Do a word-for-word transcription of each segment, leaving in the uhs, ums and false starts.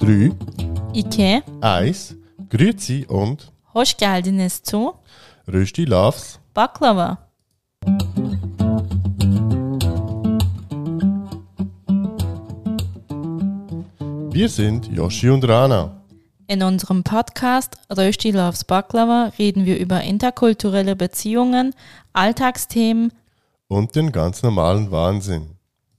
drei, iki, eins, Grüezi und hoş geldiniz zu Rösti Loves Baklava. Wir sind Yoshi und Rana. In unserem Podcast Rösti Loves Baklava reden wir über interkulturelle Beziehungen, Alltagsthemen Und den ganz normalen Wahnsinn.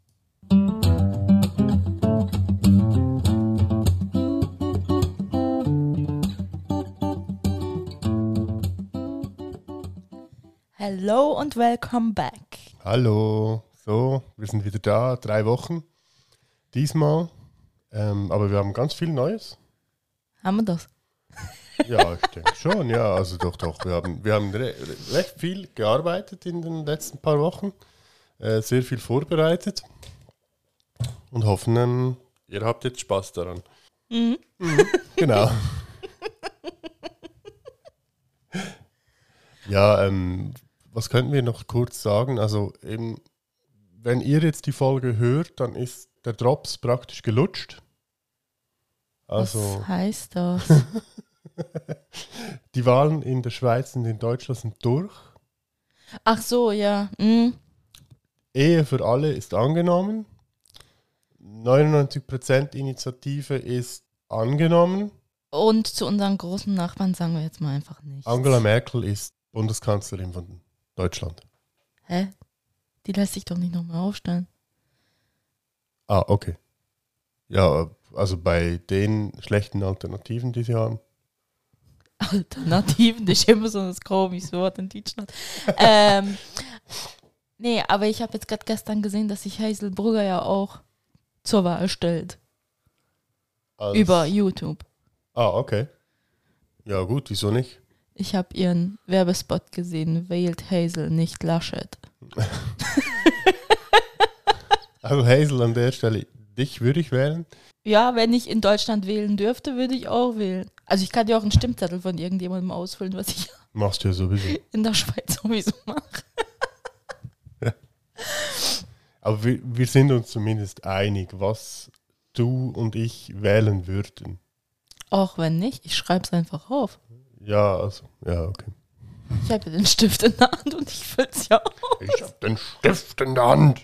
Hello und welcome back. Hallo, so, wir sind wieder da, drei Wochen diesmal, ähm, aber wir haben ganz viel Neues. Haben wir das? Ja, ich denke schon, ja, also doch, doch, wir haben, wir haben re recht viel gearbeitet in den letzten paar Wochen, äh, sehr viel vorbereitet und hoffen, ähm, ihr habt jetzt Spaß daran. Mhm. Mhm, genau. Ja, ähm, was könnten wir noch kurz sagen? Also eben, wenn ihr jetzt die Folge hört, dann ist der Drops praktisch gelutscht. Also Was heißt das? die Wahlen in der Schweiz und in Deutschland sind durch. Ach so, ja. Mhm. Ehe für alle ist angenommen. neunundneunzig Prozent Initiative ist angenommen. Und zu unseren großen Nachbarn sagen wir jetzt mal einfach nichts. Angela Merkel ist Bundeskanzlerin von Deutschland. Hä? Die lässt sich doch nicht nochmal aufstellen. Ah, okay. Ja, also bei den schlechten Alternativen, die sie haben. Alternativen, das ist immer so ein komisches Wort in Deutschland. ähm, nee, aber ich habe jetzt gerade gestern gesehen, dass sich Hazel Brugger ja auch zur Wahl stellt. Als, Über YouTube. Ah, okay. Ja gut, wieso nicht? Ich habe ihren Werbespot gesehen, wählt Hazel, nicht Laschet. Also Hazel, an der Stelle, dich würde ich wählen. Ja, wenn ich in Deutschland wählen dürfte, würde ich auch wählen. Also ich kann ja auch einen Stimmzettel von irgendjemandem ausfüllen, was ich Machst du ja sowieso. in der Schweiz sowieso mache. Aber wir, wir sind uns zumindest einig, was du und ich wählen würden. Auch wenn nicht, ich schreibe es einfach auf. Ja, also, ja, okay. Ich habe den Stift in der Hand und ich fülle es ja aus. Ich hab den Stift in der Hand.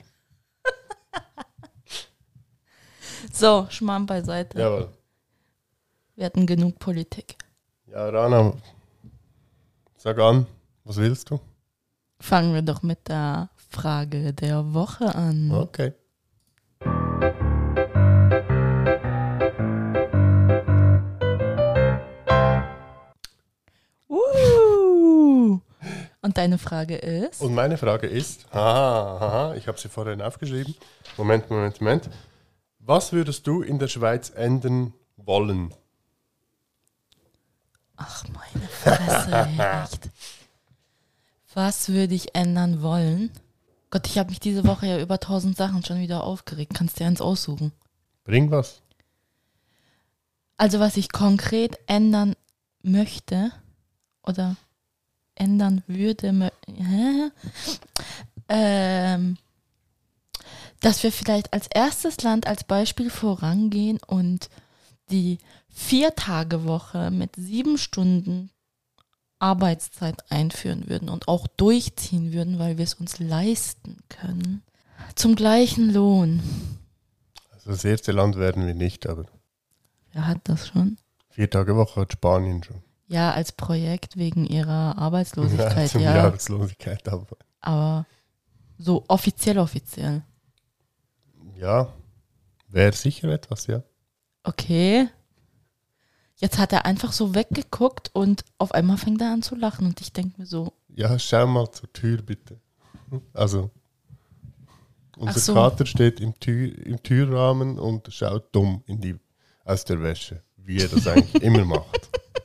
So, Schmarrn beiseite. Jawohl. Wir hatten genug Politik. Ja, Rana, sag an, was willst du? Fangen wir doch mit der Frage der Woche an. Okay. Uh. Und deine Frage ist? Und meine Frage ist, haha, haha, ich habe sie vorhin aufgeschrieben. Moment, Moment, Moment. Was würdest du in der Schweiz ändern wollen? Ach, meine Fresse, echt. Was würde ich ändern wollen? Gott, ich habe mich diese Woche ja über tausend Sachen schon wieder aufgeregt. Kannst dir eins aussuchen. Bring was. Also was ich konkret ändern möchte oder ändern würde, mö- hä? ähm, dass wir vielleicht als erstes Land als Beispiel vorangehen und die Vier-Tage-Woche mit sieben Stunden Arbeitszeit einführen würden und auch durchziehen würden, weil wir es uns leisten können. Zum gleichen Lohn. Also das erste Land werden wir nicht, aber Wer hat das schon? vier Tage Woche hat Spanien schon. Ja, als Projekt wegen ihrer Ja, Arbeitslosigkeit, zum ja. Arbeitslosigkeit, aber Aber so offiziell, offiziell. ja, wäre sicher etwas, ja. Okay. Jetzt hat er einfach so weggeguckt und auf einmal fängt er an zu lachen und ich denke mir so, Ja, schau mal zur Tür, bitte. Also, unser Ach so. Kater steht im, Tür, im Türrahmen und schaut dumm in die, aus der Wäsche, wie er das eigentlich immer macht.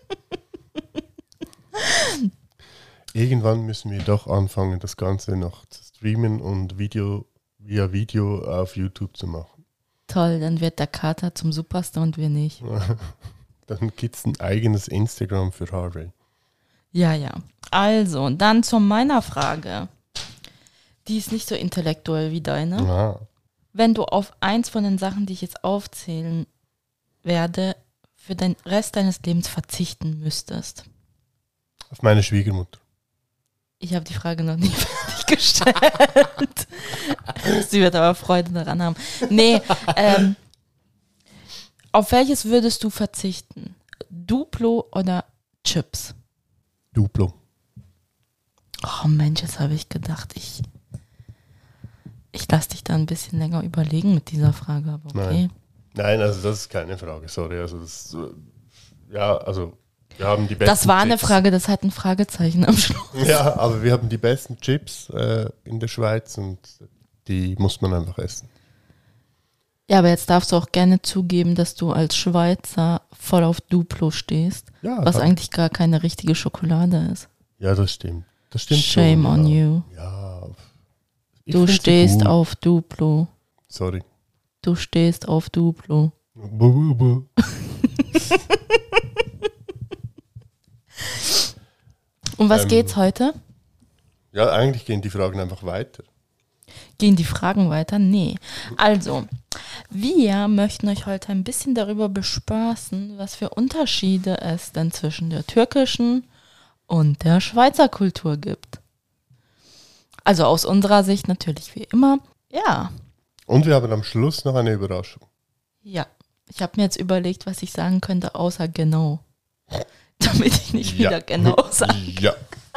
Irgendwann müssen wir doch anfangen, das Ganze noch zu streamen und Video via Video auf YouTube zu machen. toll, dann wird der Kater zum Superstar und wir nicht. Dann gibt es ein eigenes Instagram für Harvey. Ja, ja. Also, dann zu meiner Frage. Die ist nicht so intellektuell wie deine. Ah. Wenn du auf eins von den Sachen, die ich jetzt aufzählen Werde für den Rest deines Lebens verzichten müsstest? Auf meine Schwiegermutter. Ich habe die Frage noch nie fertig gestellt. Sie wird aber Freude daran haben. Nee, ähm, auf welches würdest du verzichten? Duplo oder Chips? Duplo. Oh Mensch, jetzt habe ich gedacht, ich, ich lasse dich da ein bisschen länger überlegen mit dieser Frage, aber okay. Nein. Nein, also das ist keine Frage, sorry. Also das, äh, ja, also wir haben die besten Das war eine Chips. Frage, das hat ein Fragezeichen am Schluss. Ja, aber wir haben die besten Chips äh, in der Schweiz und die muss man einfach essen. Ja, aber jetzt darfst du auch gerne zugeben, dass du als Schweizer voll auf Duplo stehst, Ja, was das, eigentlich gar keine richtige Schokolade ist. ja, das stimmt. Das stimmt Shame schon, on ja. you. Ja. Ich Du find sie stehst gut. auf Duplo. Sorry. Du stehst auf Duplo. Bu, bu, bu. Um was Ähm. geht's heute? Ja, eigentlich gehen die Fragen einfach weiter. Gehen die Fragen weiter? Nee. Also, wir möchten euch heute ein bisschen darüber bespaßen, was für Unterschiede es denn zwischen der türkischen und der Schweizer Kultur gibt. Also aus unserer Sicht natürlich wie immer. Ja, Und wir haben am Schluss noch eine Überraschung. ja. Ich habe mir jetzt überlegt, was ich sagen könnte, außer genau. Damit ich nicht Ja. wieder genau sage. Ja.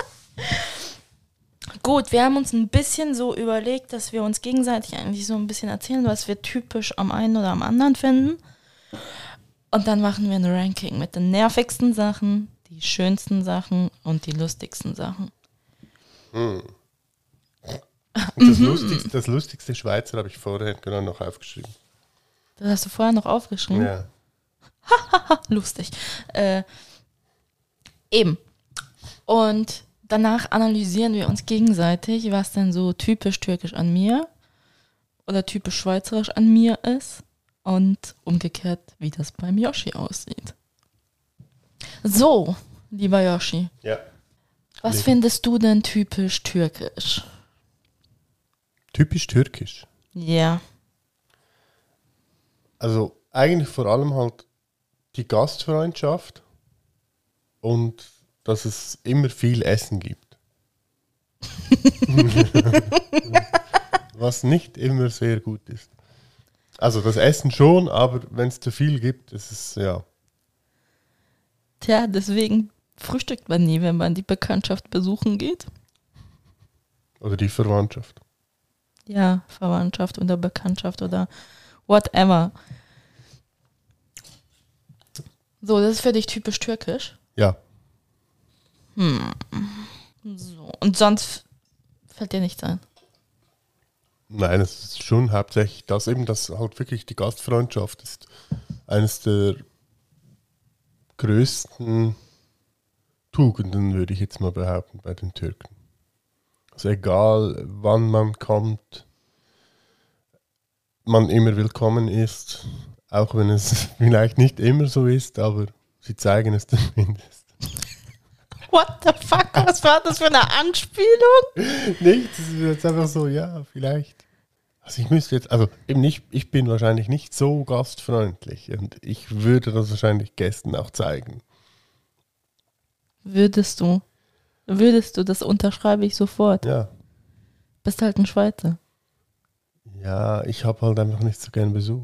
Gut, wir haben uns ein bisschen so überlegt, dass wir uns gegenseitig eigentlich so ein bisschen erzählen, was wir typisch am einen oder am anderen finden. Und dann machen wir ein Ranking mit den nervigsten Sachen, die schönsten Sachen und die lustigsten Sachen. Hm. Und das, lustigste, das lustigste Schweizer habe ich vorher genau noch aufgeschrieben. Das hast du vorher noch aufgeschrieben? Ja. Lustig. Äh, eben. Und danach analysieren wir uns gegenseitig, was denn so typisch türkisch an mir oder typisch schweizerisch an mir ist und umgekehrt, wie das beim Yoshi aussieht. So, lieber Yoshi, Ja. was Nee. findest du denn typisch türkisch? Typisch türkisch. Ja. Also eigentlich vor allem halt die Gastfreundschaft und dass es immer viel Essen gibt. Was nicht immer sehr gut ist. Also das Essen schon, aber wenn es zu viel gibt, ist es ja. Tja, deswegen frühstückt man nie, wenn man die Bekanntschaft besuchen geht. Oder die Verwandtschaft. Ja, Verwandtschaft oder Bekanntschaft oder whatever. So, das ist für dich typisch türkisch. Ja. Hm. So. Und sonst fällt dir nichts ein. Nein, es ist schon hauptsächlich das eben, dass halt wirklich die Gastfreundschaft ist eines der größten Tugenden, würde ich jetzt mal behaupten, bei den Türken. Also egal, wann man kommt, man immer willkommen ist, auch wenn es vielleicht nicht immer so ist, aber sie zeigen es zumindest. What the fuck? Was war das für eine Anspielung? Nicht, es ist jetzt einfach so, ja, vielleicht. Also ich müsste jetzt, also eben nicht, ich bin wahrscheinlich nicht so gastfreundlich und ich würde das wahrscheinlich Gästen auch zeigen. Würdest du? Würdest du, das unterschreibe ich sofort. Ja. Bist halt ein Schweizer. Ja, ich habe halt einfach nicht so gern Besuch.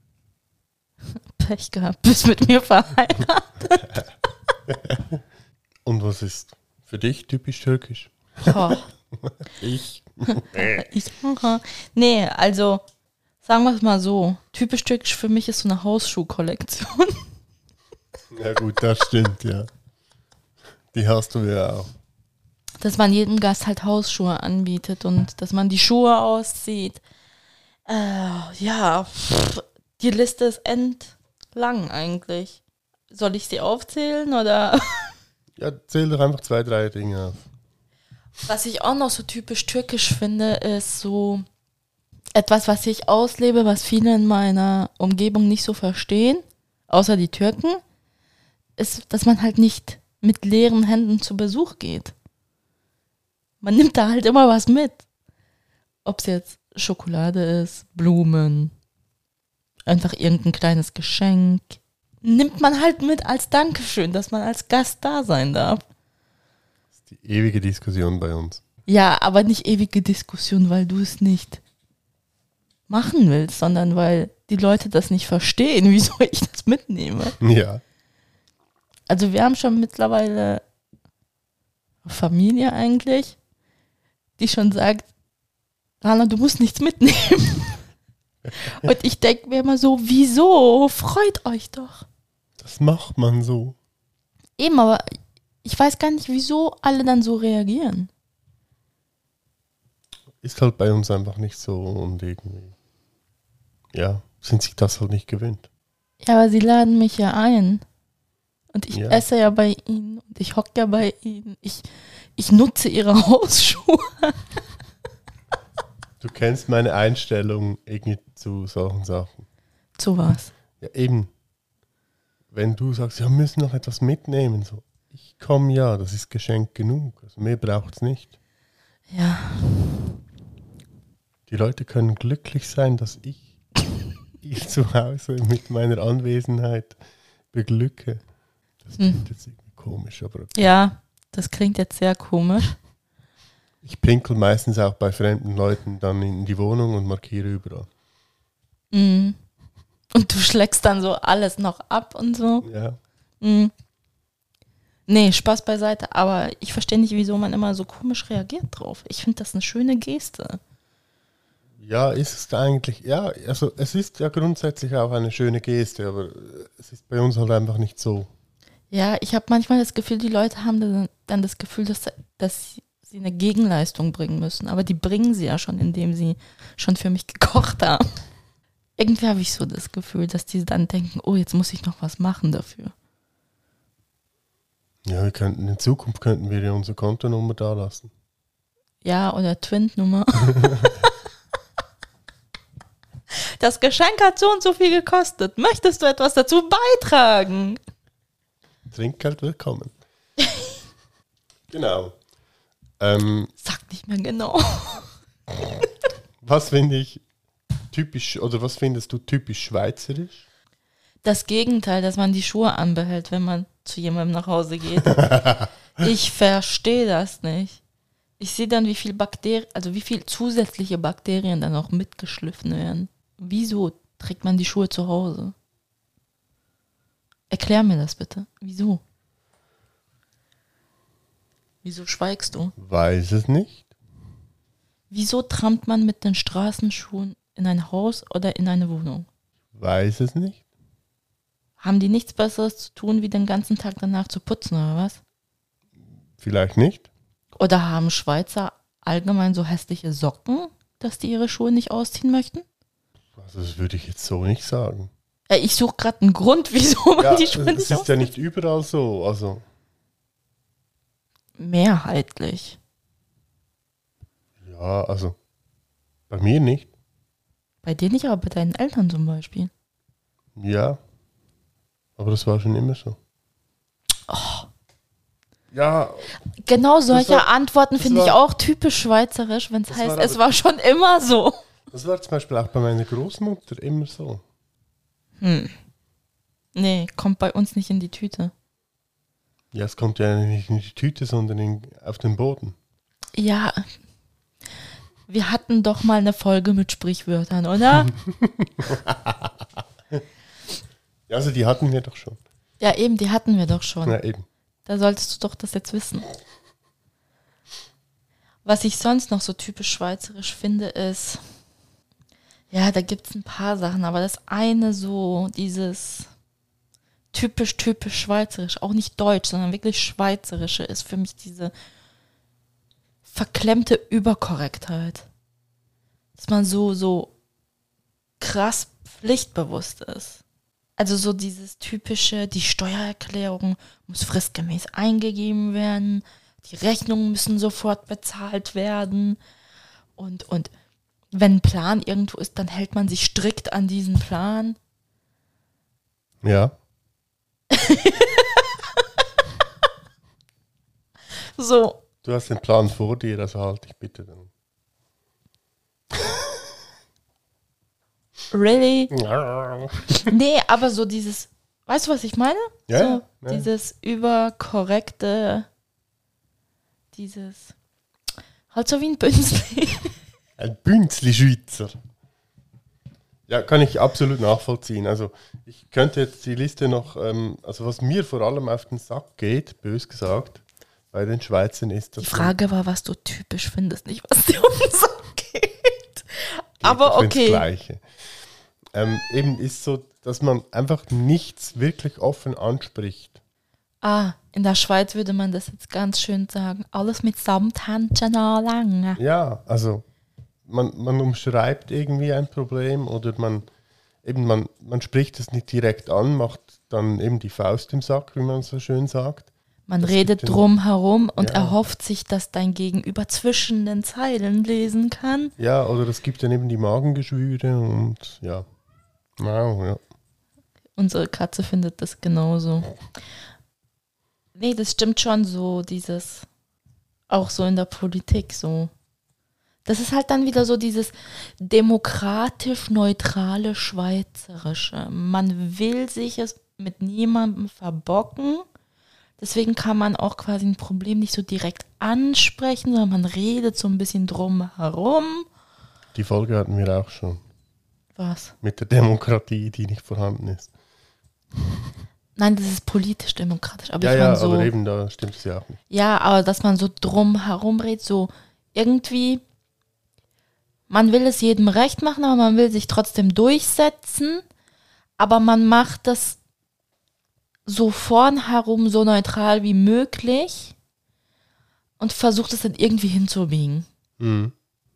Pech gehabt, bist mit mir verheiratet. Und was ist für dich typisch türkisch? Oh, Ich. ich, nee, also sagen wir es mal so. Typisch türkisch für mich ist so eine Hausschuhkollektion. Ja gut, das stimmt, ja. Die hast du ja auch. Dass man jedem Gast halt Hausschuhe anbietet und dass man die Schuhe auszieht. Äh, ja, pff, die Liste ist endlang eigentlich. Soll ich sie aufzählen oder? Ja, zähl doch einfach zwei, drei Dinge auf. Was ich auch noch so typisch türkisch finde, ist so etwas, was ich auslebe, was viele in meiner Umgebung nicht so verstehen, außer die Türken, ist, dass man halt nicht mit leeren Händen zu Besuch geht. Man nimmt da halt immer was mit. Ob es jetzt Schokolade ist, Blumen, einfach irgendein kleines Geschenk, nimmt man halt mit als Dankeschön, dass man als Gast da sein darf. Das ist die ewige Diskussion bei uns. Ja, aber nicht ewige Diskussion, weil du es nicht machen willst, sondern weil die Leute das nicht verstehen, wieso ich das mitnehme. Ja. Also wir haben schon mittlerweile Familie eigentlich, die schon sagt, Rana, du musst nichts mitnehmen. Und ich denke mir immer so, wieso? Freut euch doch. Das macht man so. Eben, aber ich weiß gar nicht, wieso alle dann so reagieren. Ist halt bei uns einfach nicht so und irgendwie, ja, sind sich das halt nicht gewöhnt. Ja, aber sie laden mich ja ein. Und ich Ja. esse ja bei ihnen und ich hocke ja bei ihnen. Ich, ich nutze ihre Hausschuhe. Du kennst meine Einstellung irgendwie zu solchen Sachen. Zu was? Ja, eben. Wenn du sagst, ja, wir müssen noch etwas mitnehmen, so, ich komme ja, das ist Geschenk genug. Also mehr braucht es nicht. Ja. Die Leute können glücklich sein, dass ich ihr zu Hause mit meiner Anwesenheit beglücke. Das klingt jetzt irgendwie komisch, aber okay. Ja, das klingt jetzt sehr komisch. Ich pinkel meistens auch bei fremden Leuten dann in die Wohnung und markiere überall. Mhm. Und du schlägst dann so alles noch ab und so. Ja. Mhm. Nee, Spaß beiseite. Aber ich verstehe nicht, wieso man immer so komisch reagiert drauf. Ich finde das eine schöne Geste. Ja, ist es eigentlich, ja, also es ist ja grundsätzlich auch eine schöne Geste, aber es ist bei uns halt einfach nicht so. Ja, ich habe manchmal das Gefühl, die Leute haben dann, dann das Gefühl, dass, dass sie eine Gegenleistung bringen müssen. Aber die bringen sie ja schon, indem sie schon für mich gekocht haben. Irgendwie habe ich so das Gefühl, dass die dann denken, oh, jetzt muss ich noch was machen dafür. Ja, wir könnten, in Zukunft könnten wir ja unsere Kontonummer da lassen. Ja, oder Twint-Nummer. Das Geschenk hat so und so viel gekostet. Möchtest du etwas dazu beitragen? Trinkgeld willkommen. Genau. Ähm, Sag nicht mehr genau. was finde ich typisch, oder was findest du typisch schweizerisch? Das Gegenteil, dass man die Schuhe anbehält, wenn man zu jemandem nach Hause geht. Ich verstehe das nicht. Ich sehe dann, wie viel Bakterien, also wie viel zusätzliche Bakterien dann auch mitgeschliffen werden. Wieso trägt man die Schuhe zu Hause? Erklär mir das bitte. Wieso? Wieso schweigst du? Weiß es nicht. Wieso trampt man mit den Straßenschuhen in ein Haus oder in eine Wohnung? Weiß es nicht. Haben die nichts Besseres zu tun, wie den ganzen Tag danach zu putzen, oder was? Vielleicht nicht. Oder haben Schweizer allgemein so hässliche Socken, dass die ihre Schuhe nicht ausziehen möchten? Also das würde ich jetzt so nicht sagen. Ja, ich suche gerade einen Grund, wieso man Ja, die Schuhe es nicht ist ja auszieht. nicht überall so. Also Mehrheitlich. ja, also bei mir nicht. Bei dir nicht, aber bei deinen Eltern zum Beispiel. Ja, aber das war schon immer so. Oh. Ja, Genau solche war- Antworten das finde ich war- auch typisch schweizerisch, wenn es Das heißt, war es aber- war schon immer so. das war zum Beispiel auch bei meiner Großmutter immer so. Hm. Nee, kommt bei uns nicht in die Tüte. Ja, es kommt ja nicht in die Tüte, sondern in, auf den Boden. Ja, wir hatten doch mal eine Folge mit Sprichwörtern, oder? Ja, also die hatten wir doch schon. Ja, eben, die hatten wir doch schon. Ja, eben. Da solltest du doch das jetzt wissen. Was ich sonst noch so typisch schweizerisch finde, ist, ja, da gibt es ein paar Sachen, aber das eine so, dieses typisch, typisch schweizerisch, auch nicht deutsch, sondern wirklich schweizerische, ist für mich diese verklemmte Überkorrektheit. Dass man so, so krass pflichtbewusst ist. Also so dieses typische, die Steuererklärung muss fristgemäß eingegeben werden, die Rechnungen müssen sofort bezahlt werden und, und wenn ein Plan irgendwo ist, dann hält man sich strikt an diesen Plan. Ja. So, Du hast den Plan vor dir, also halt dich bitte dann. really? Nee, aber so dieses, Weißt du, was ich meine? Ja, so, ja, ja. Dieses überkorrekte, dieses, halt so wie ein Bünzli. Ein Bünzli-Schweizer. Ja, kann ich absolut nachvollziehen. Also ich könnte jetzt die Liste noch, ähm, also was mir vor allem auf den Sack geht, bös gesagt, bei den Schweizern ist das... Die Frage war, was du typisch findest, nicht was dir um den Sack geht. Aber okay. Das Gleiche. Ähm, eben ist so, dass man einfach nichts wirklich offen anspricht. Ah, in der Schweiz würde man das jetzt ganz schön sagen. Alles mit Samthändchen anlangen. Ja, also man, man umschreibt irgendwie ein Problem oder man eben man, man spricht es nicht direkt an, macht dann eben die Faust im Sack, wie man so schön sagt. Man Das redet gibt den- drum herum und Ja. erhofft sich, dass dein Gegenüber zwischen den Zeilen lesen kann. Ja, oder es gibt dann eben die Magengeschwüre und ja. Wow, ja. Unsere Katze findet das genauso. Nee, das stimmt schon so, dieses, auch so in der Politik so. Das ist halt dann wieder so dieses demokratisch-neutrale Schweizerische. Man will sich es mit niemandem verbocken. Deswegen kann man auch quasi ein Problem nicht so direkt ansprechen, sondern man redet so ein bisschen drum herum. Die Folge hatten wir auch schon. Was? Mit der Demokratie, die nicht vorhanden ist. Nein, das ist politisch-demokratisch. Aber ja, ich ja, meine so, aber eben, da stimmt es ja auch nicht. ja, aber dass man so drum herum redet, so irgendwie, man will es jedem recht machen, aber man will sich trotzdem durchsetzen, aber man macht das so vornherum so neutral wie möglich und versucht es dann irgendwie hinzubiegen. Mhm.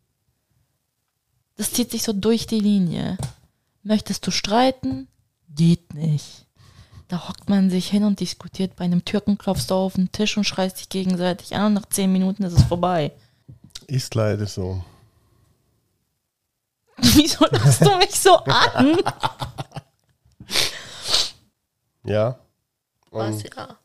Das zieht sich so durch die Linie. Möchtest du streiten? Geht nicht. Da hockt man sich hin und diskutiert. Bei einem Türken klopfst du auf den Tisch und schreist dich gegenseitig an und nach zehn Minuten ist es vorbei. Ist leider so. Wieso lachst du mich so an? Ja. Und ja.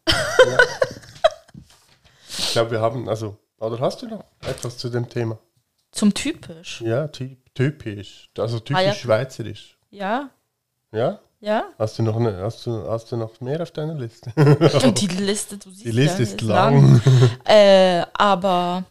ich glaube, wir haben, also, oder hast du noch etwas zu dem Thema? Zum typisch. Ja, typ, typisch. Also typisch Ah, ja. schweizerisch. Ja, Ja? ja. Hast du noch eine, hast du, hast du noch mehr auf deiner Liste? Und die Liste, du siehst Die Liste ja, ist lang. Äh, aber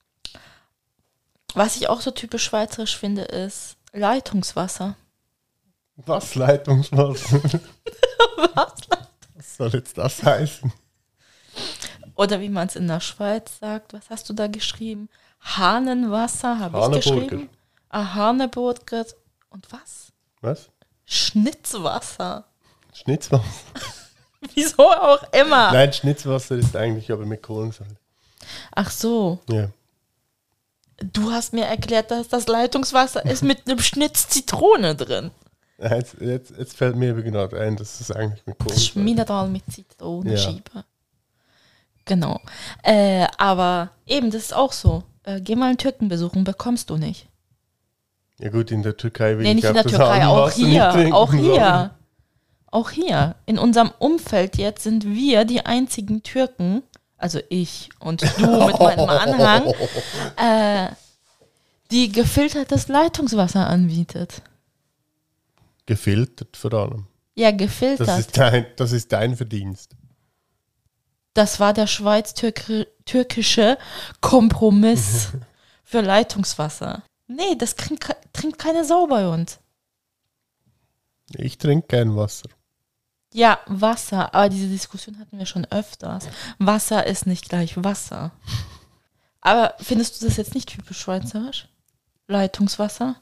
was ich auch so typisch schweizerisch finde, ist Leitungswasser. Was Leitungswasser? Was? Was soll jetzt das heißen? Oder wie man es in der Schweiz sagt. Was hast du da geschrieben? Hahnenwasser habe ich Haneburger. geschrieben. Ah, Haneburger. Und was? Was? Schnitzwasser. Schnitzwasser? Wieso auch immer. Nein, Schnitzwasser ist eigentlich aber mit Kohlensäure. Ach so. Ja. Du hast mir erklärt, dass das Leitungswasser ist mit einem Schnitz Zitrone drin. Jetzt, jetzt, jetzt fällt mir genau ein, dass es eigentlich mit Das ist Kohlensäure Mineral mit Zitronenscheibe. Ja. Genau. Äh, aber eben, das ist auch so. Äh, geh mal einen Türken besuchen, bekommst du nicht. Ja gut, in der Türkei will Nee, ich nicht auch in der das Türkei, auch Hahnenwasser nicht hier. trinken Auch sollen. hier. Auch hier. In unserem Umfeld jetzt sind wir die einzigen Türken, also ich und du mit meinem Anhang, äh, die gefiltertes Leitungswasser anbietet. Gefiltert vor allem. Ja, gefiltert. Das ist dein, das ist dein Verdienst. Das war der schweiz-türkische Kompromiss für Leitungswasser. Nee, das trinkt, trinkt keine Sau bei uns. Ich trinke kein Wasser. Ja, Wasser, aber diese Diskussion hatten wir schon öfters. Wasser ist nicht gleich Wasser. Aber findest du das jetzt nicht typisch schweizerisch? Leitungswasser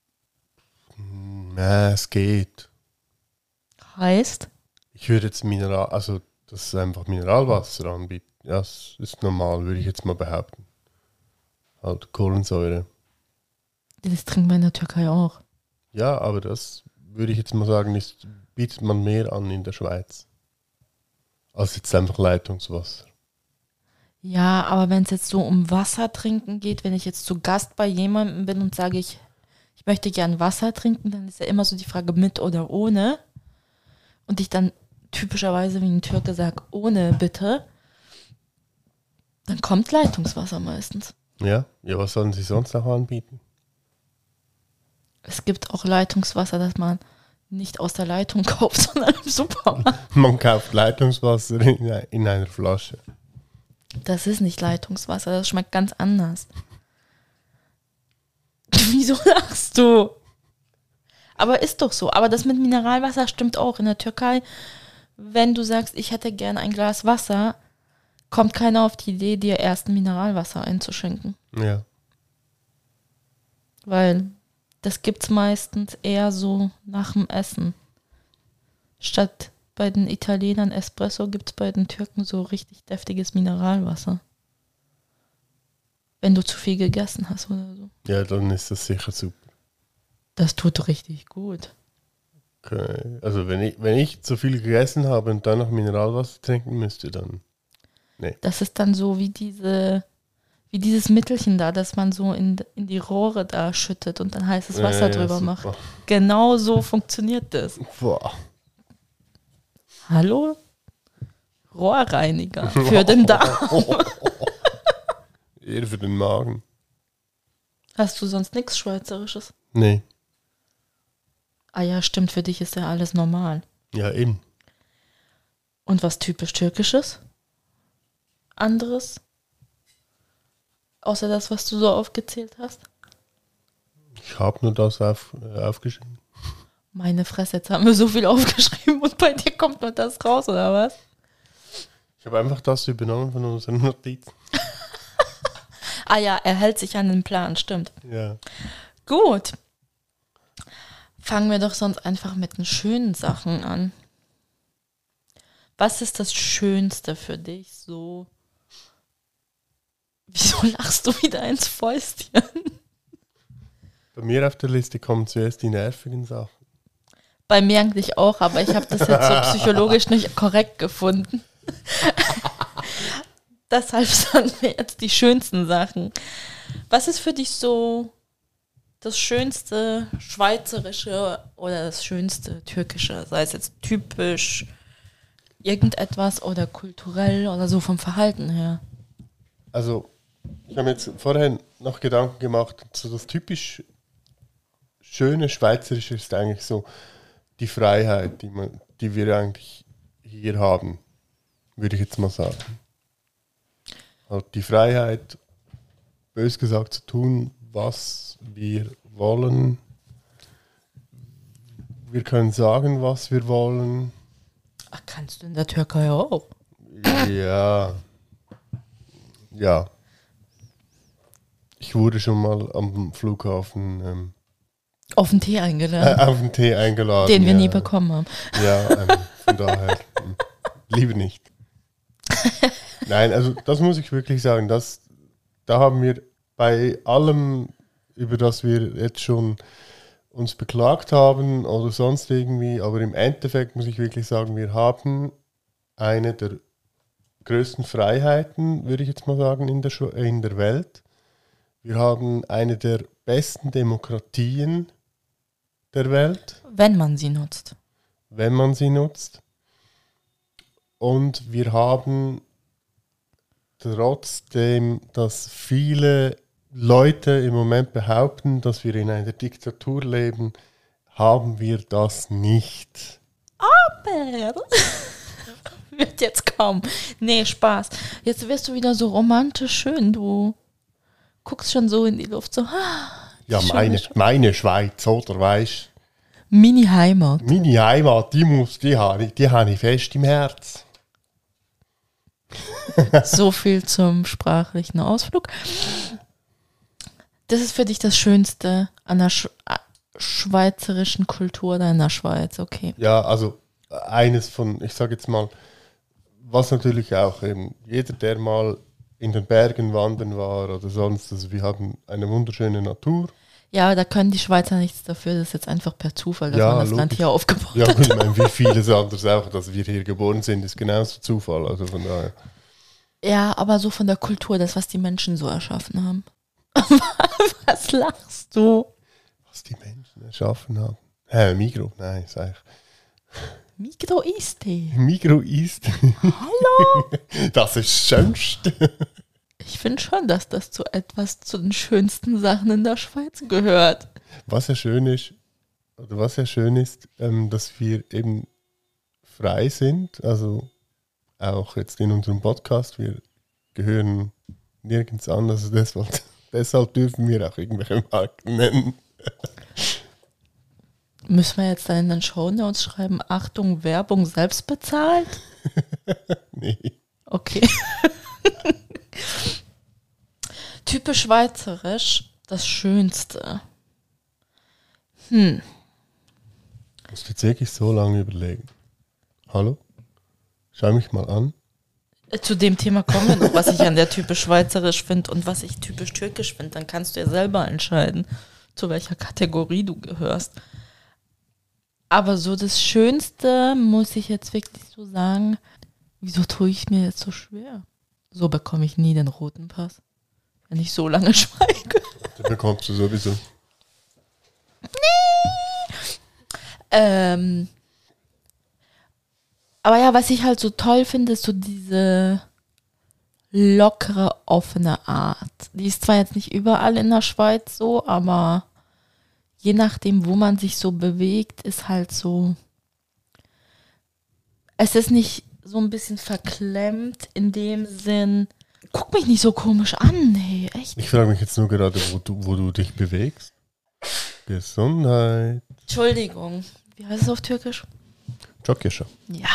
Na, es geht. heißt? Ich würde jetzt Mineral, also das ist einfach Mineralwasser anbieten. Ja, das ist normal, würde ich jetzt mal behaupten. Halt Kohlensäure. Das trinken wir in der Türkei auch. Ja, aber das würde ich jetzt mal sagen, ist, bietet man mehr an in der Schweiz. Als jetzt einfach Leitungswasser. Ja, aber wenn es jetzt so um Wasser trinken geht, wenn ich jetzt zu Gast bei jemandem bin und sage ich, ich möchte gern Wasser trinken, dann ist ja immer so die Frage mit oder ohne. Und ich dann typischerweise wie ein Türke sage, ohne bitte, dann kommt Leitungswasser meistens. Ja? Ja, was sollen sie sonst noch anbieten? Es gibt auch Leitungswasser, das man nicht aus der Leitung kauft, sondern im Supermarkt. Man kauft Leitungswasser in, in einer Flasche. Das ist nicht Leitungswasser, das schmeckt ganz anders. Wieso lachst du? Aber ist doch so. Aber das mit Mineralwasser stimmt auch. In der Türkei, wenn du sagst, ich hätte gern ein Glas Wasser, kommt keiner auf die Idee, dir erst ein Mineralwasser einzuschenken. Ja. Weil das gibt's meistens eher so nach dem Essen. Statt bei den Italienern Espresso gibt's bei den Türken so richtig deftiges Mineralwasser. Wenn du zu viel gegessen hast oder so. Ja, dann ist das sicher super. Das tut richtig gut. Okay. Also wenn ich, wenn ich zu viel gegessen habe und dann noch Mineralwasser trinken müsste, dann... Nee. Das ist dann so wie diese, wie dieses Mittelchen da, das man so in, in die Rohre da schüttet und dann heißes Wasser ja, ja, drüber super. macht. Genau so funktioniert das. Boah. Hallo? Rohrreiniger für den Darm. Eher für den Magen. Hast du sonst nichts Schweizerisches? Nee. Ah ja, stimmt, für dich ist ja alles normal. Ja, eben. Und was typisch Türkisches? Anderes? Außer das, was du so aufgezählt hast? Ich habe nur das auf, äh, aufgeschrieben. Meine Fresse, jetzt haben wir so viel aufgeschrieben und bei dir kommt nur das raus, oder was? Ich habe einfach das übernommen von unseren Notizen. Ah ja, er hält sich an den Plan, stimmt. Ja. Gut. Fangen wir doch sonst einfach mit den schönen Sachen an. Was ist das Schönste für dich so? Wieso lachst du wieder ins Fäustchen? Bei mir auf der Liste kommen zuerst die nervigen Sachen. Bei mir eigentlich auch, aber ich habe das jetzt so psychologisch nicht korrekt gefunden. Deshalb sagen wir jetzt die schönsten Sachen. Was ist für dich so das schönste Schweizerische oder das schönste Türkische? Sei es jetzt typisch irgendetwas oder kulturell oder so vom Verhalten her. Also, ich habe jetzt vorhin noch Gedanken gemacht, so das typisch schöne Schweizerische ist eigentlich so die Freiheit, die, man, die wir eigentlich hier haben, würde ich jetzt mal sagen. Halt die Freiheit, bös gesagt, zu tun, was wir wollen. Wir können sagen, was wir wollen. Ach, kannst du in der Türkei auch? Ja. Ja. Ich wurde schon mal am Flughafen ähm, auf den Tee eingeladen. äh, auf den Tee eingeladen. Den wir ja. nie bekommen haben. Ja, ähm, von daher ähm, lieber nicht. Nein, also das muss ich wirklich sagen, das, da haben wir bei allem, über das wir jetzt schon uns beklagt haben oder sonst irgendwie, aber im Endeffekt muss ich wirklich sagen, wir haben eine der größten Freiheiten, würde ich jetzt mal sagen, in der, Schwe- in der Welt. Wir haben eine der besten Demokratien der Welt, Wenn man sie nutzt. wenn man sie nutzt. Und wir haben trotzdem, dass viele Leute im Moment behaupten, dass wir in einer Diktatur leben, haben wir das nicht. Aber wird jetzt kommen. Nee, Spaß. Jetzt wirst du wieder so romantisch schön. Du guckst schon so in die Luft. So, ah, Ja, schön, meine, schön. meine Schweiz, oder weißt Mini-Heimat. meine Heimat, die, muss, die, habe ich, die habe ich fest im Herz. So viel zum sprachlichen Ausflug. Das ist für dich das Schönste an der Sch äh, schweizerischen Kultur da in der Schweiz, okay. Ja, also eines von, ich sage jetzt mal, was natürlich auch eben, jeder, der mal in den Bergen wandern war oder sonst, also wir haben eine wunderschöne Natur. Ja, da können die Schweizer nichts dafür, das ist jetzt einfach per Zufall, dass Ja, man das Land logisch. hier aufgebaut Ja, hat. gut, ich meine, wie vieles anderes auch, dass wir hier geboren sind, ist genauso Zufall, also von daher. Ja, aber so von der Kultur, das, was die Menschen so erschaffen haben. Was lachst du? Was die Menschen erschaffen haben. Hä, Migro? Nein, sag ich. Migro Eistee. Migro ist. Hallo? Das ist das Schönste. Ich finde schon, dass das zu etwas zu den schönsten Sachen in der Schweiz gehört. Was ja schön ist, oder was ja schön ist, ähm, dass wir eben frei sind, also auch jetzt in unserem Podcast, wir gehören nirgends an, also deshalb, deshalb dürfen wir auch irgendwelche Marken nennen. Müssen wir jetzt dann in den Shownotes schreiben, Achtung, Werbung selbst bezahlt? Nee. Okay. Typisch schweizerisch, das Schönste. Hm. Musst du jetzt wirklich so lange überlegen. Hallo? Schau mich mal an. Zu dem Thema kommen wir noch, was ich an der typisch schweizerisch finde und was ich typisch türkisch finde. Dann kannst du ja selber entscheiden, zu welcher Kategorie du gehörst. Aber so das Schönste muss ich jetzt wirklich so sagen, wieso tue ich mir jetzt so schwer? So bekomme ich nie den roten Pass, wenn ich so lange schweige. Den bekommst du sowieso. Nee. Ähm, aber ja, was ich halt so toll finde, ist so diese lockere, offene Art. Die ist zwar jetzt nicht überall in der Schweiz so, aber je nachdem, wo man sich so bewegt, ist halt so, es ist nicht so ein bisschen verklemmt in dem Sinn, guck mich nicht so komisch an, nee, echt. Ich frage mich jetzt nur gerade, wo du, wo du dich bewegst. Gesundheit. Entschuldigung, wie heißt es auf Türkisch? Joggischer. Ja.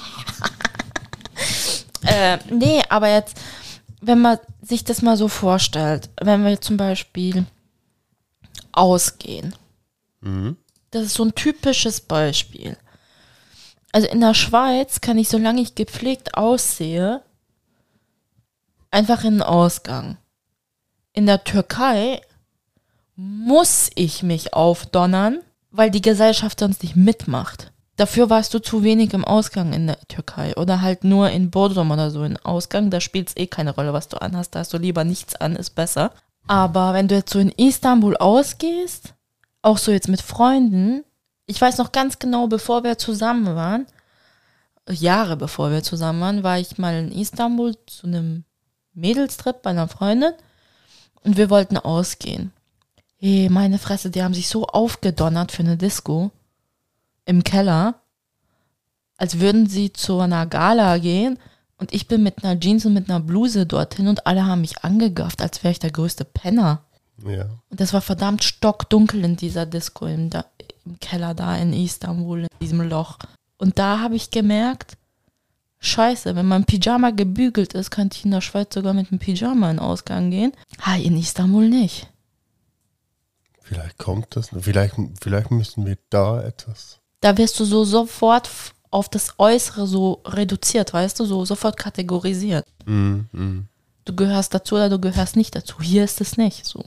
äh, nee, aber jetzt, wenn man sich das mal so vorstellt, wenn wir zum Beispiel ausgehen. Mhm. Das ist so ein typisches Beispiel. Also in der Schweiz kann ich, solange ich gepflegt aussehe, einfach in den Ausgang. In der Türkei muss ich mich aufdonnern, weil die Gesellschaft sonst nicht mitmacht. Dafür warst du zu wenig im Ausgang in der Türkei oder halt nur in Bodrum oder so im Ausgang. Da spielt es eh keine Rolle, was du anhast. Da hast du lieber nichts an, ist besser. Aber wenn du jetzt so in Istanbul ausgehst, auch so jetzt mit Freunden, ich weiß noch ganz genau, bevor wir zusammen waren, Jahre bevor wir zusammen waren, war ich mal in Istanbul zu einem Mädelstrip bei einer Freundin und wir wollten ausgehen. Hey, meine Fresse, die haben sich so aufgedonnert für eine Disco im Keller, als würden sie zu einer Gala gehen und ich bin mit einer Jeans und mit einer Bluse dorthin und alle haben mich angegafft, als wäre ich der größte Penner. Ja. Und das war verdammt stockdunkel in dieser Disco im, da, im Keller da in Istanbul, in diesem Loch. Und da habe ich gemerkt, scheiße, wenn mein Pyjama gebügelt ist, könnte ich in der Schweiz sogar mit einem Pyjama in den Ausgang gehen. Ha, in Istanbul nicht. Vielleicht kommt das. Vielleicht, vielleicht müssen wir da etwas. Da wirst du so sofort auf das Äußere so reduziert, weißt du, so sofort kategorisiert. Mm, mm. Du gehörst dazu oder du gehörst nicht dazu. Hier ist es nicht so.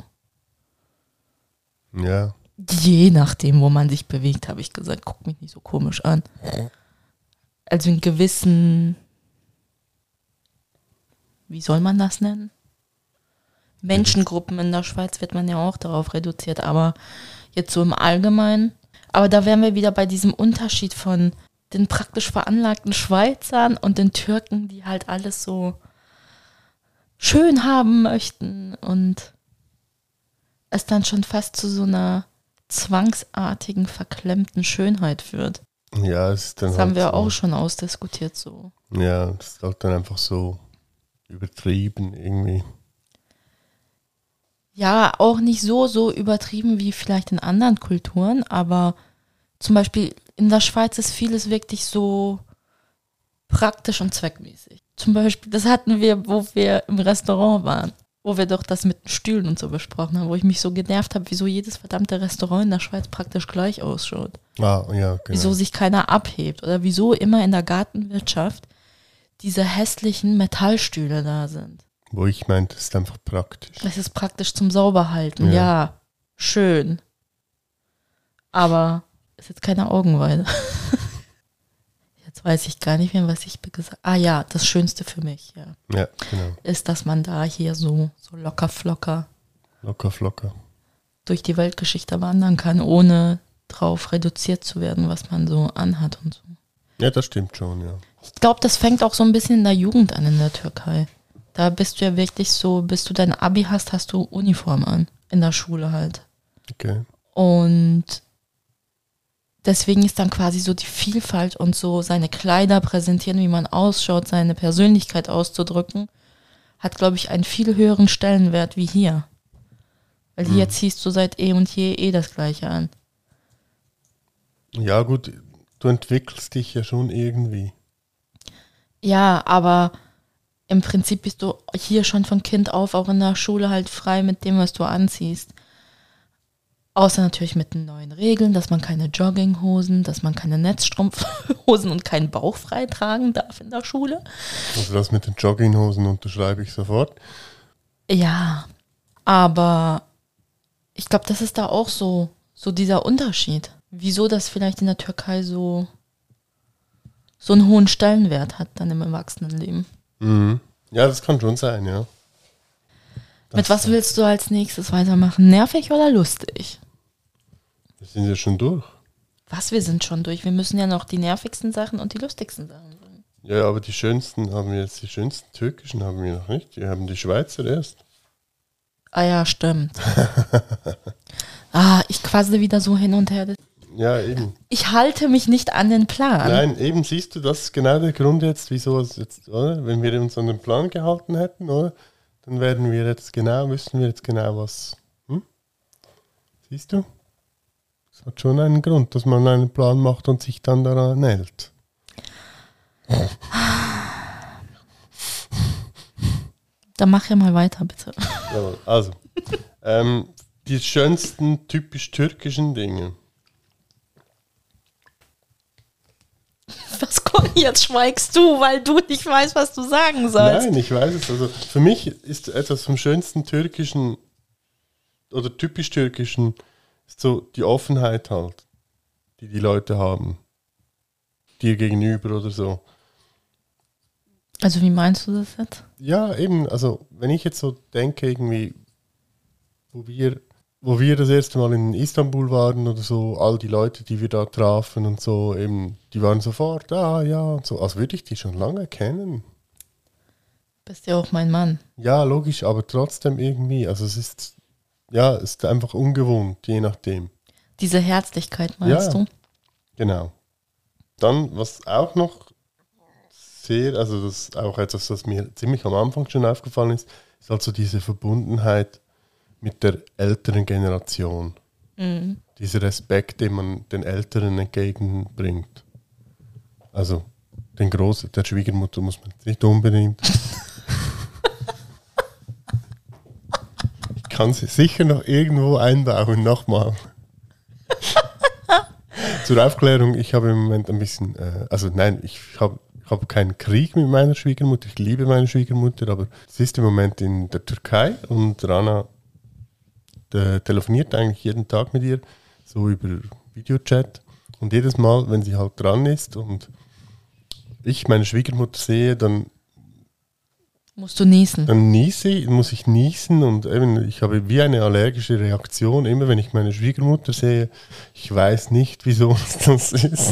Ja. Je nachdem, wo man sich bewegt, habe ich gesagt, guck mich nicht so komisch an. Also in gewissen, wie soll man das nennen? Menschengruppen in der Schweiz wird man ja auch darauf reduziert, aber jetzt so im Allgemeinen. Aber da wären wir wieder bei diesem Unterschied von den praktisch veranlagten Schweizern und den Türken, die halt alles so schön haben möchten und es dann schon fast zu so einer zwangsartigen, verklemmten Schönheit führt. Ja, es ist dann Das halt haben wir so, auch schon ausdiskutiert so. Ja, das ist halt dann einfach so übertrieben irgendwie. Ja, auch nicht so, so übertrieben wie vielleicht in anderen Kulturen, aber zum Beispiel in der Schweiz ist vieles wirklich so praktisch und zweckmäßig. Zum Beispiel, das hatten wir, wo wir im Restaurant waren, wo wir doch das mit den Stühlen und so besprochen haben, wo ich mich so genervt habe, wieso jedes verdammte Restaurant in der Schweiz praktisch gleich ausschaut. Ah, ja, genau. Wieso sich keiner abhebt oder wieso immer in der Gartenwirtschaft diese hässlichen Metallstühle da sind. Wo ich meinte, es ist einfach praktisch. Es ist praktisch zum Sauberhalten, ja. Ja. Schön. Aber ist jetzt keine Augenweide. Jetzt weiß ich gar nicht mehr, was ich gesagt habe. Ah ja, das Schönste für mich, ja. Ja, genau. Ist, dass man da hier so, so locker flocker Locker, flocker. durch die Weltgeschichte wandern kann, ohne drauf reduziert zu werden, was man so anhat und so. Ja, das stimmt schon, ja. Ich glaube, das fängt auch so ein bisschen in der Jugend an in der Türkei. Da bist du ja wirklich so, bis du dein Abi hast, hast du Uniform an. In der Schule halt. Okay. Und deswegen ist dann quasi so die Vielfalt und so seine Kleider präsentieren, wie man ausschaut, seine Persönlichkeit auszudrücken, hat, glaube ich, einen viel höheren Stellenwert wie hier. Weil hier Mhm. ziehst du seit eh und je eh das Gleiche an. Ja gut, du entwickelst dich ja schon irgendwie. Ja, aber im Prinzip bist du hier schon von Kind auf auch in der Schule halt frei mit dem, was du anziehst. Außer natürlich mit den neuen Regeln, dass man keine Jogginghosen, dass man keine Netzstrumpfhosen und keinen Bauch frei tragen darf in der Schule. Also das mit den Jogginghosen unterschreibe ich sofort. Ja, aber ich glaube, das ist da auch so, so dieser Unterschied. Wieso das vielleicht in der Türkei so, so einen hohen Stellenwert hat dann im Erwachsenenleben. Mhm. Ja, das kann schon sein, ja. Mit was willst du als nächstes weitermachen? Nervig oder lustig? Wir sind ja schon durch. Was, wir sind schon durch. Wir müssen ja noch die nervigsten Sachen und die lustigsten Sachen sagen. Ja, aber die schönsten haben wir jetzt, die schönsten türkischen haben wir noch nicht. Wir haben die Schweizer erst. Ah ja, stimmt. ah, ich quassle wieder so hin und her. Ja, eben. Ich halte mich nicht an den Plan. Nein, eben siehst du, das ist genau der Grund jetzt, wieso es jetzt, oder? Wenn wir uns an den Plan gehalten hätten, oder? Dann werden wir jetzt genau, müssten wir jetzt genau was. Hm? Siehst du? Das hat schon einen Grund, dass man einen Plan macht und sich dann daran hält. Dann mach ja mal weiter, bitte. Jawohl, also, ähm, die schönsten typisch türkischen Dinge. Was kommt jetzt? Schweigst du, weil du nicht weißt, was du sagen sollst? Nein, ich weiß es. Also für mich ist etwas vom schönsten türkischen oder typisch türkischen ist so die Offenheit halt, die die Leute haben. Dir gegenüber oder so. Also wie meinst du das jetzt? Ja, eben, also wenn ich jetzt so denke, irgendwie, wo wir, wo wir das erste Mal in Istanbul waren oder so, all die Leute, die wir da trafen und so, eben, die waren sofort, ah ja, und so, als würde ich die schon lange kennen. Bist ja auch mein Mann. Ja, logisch, aber trotzdem irgendwie, also es ist, ja, es ist einfach ungewohnt, je nachdem. Diese Herzlichkeit, meinst Ja. du? Genau. Dann, was auch noch sehr, also das ist auch etwas, was mir ziemlich am Anfang schon aufgefallen ist, ist also diese Verbundenheit mit der älteren Generation. Mhm. Dieser Respekt, den man den Älteren entgegenbringt. Also den Groß, der Schwiegermutter muss man jetzt nicht unbedingt. Ich kann sie sicher noch irgendwo einbauen, nochmal. Zur Aufklärung, ich habe im Moment ein bisschen, äh, also nein, ich habe ich habe keinen Krieg mit meiner Schwiegermutter, ich liebe meine Schwiegermutter, aber sie ist im Moment in der Türkei und Rana der telefoniert eigentlich jeden Tag mit ihr, so über Videochat. Und jedes Mal, wenn sie halt dran ist und ich meine Schwiegermutter sehe, dann, Musst du niesen. dann niese, muss ich niesen und eben, ich habe wie eine allergische Reaktion, immer wenn ich meine Schwiegermutter sehe. Ich weiß nicht, wieso das ist.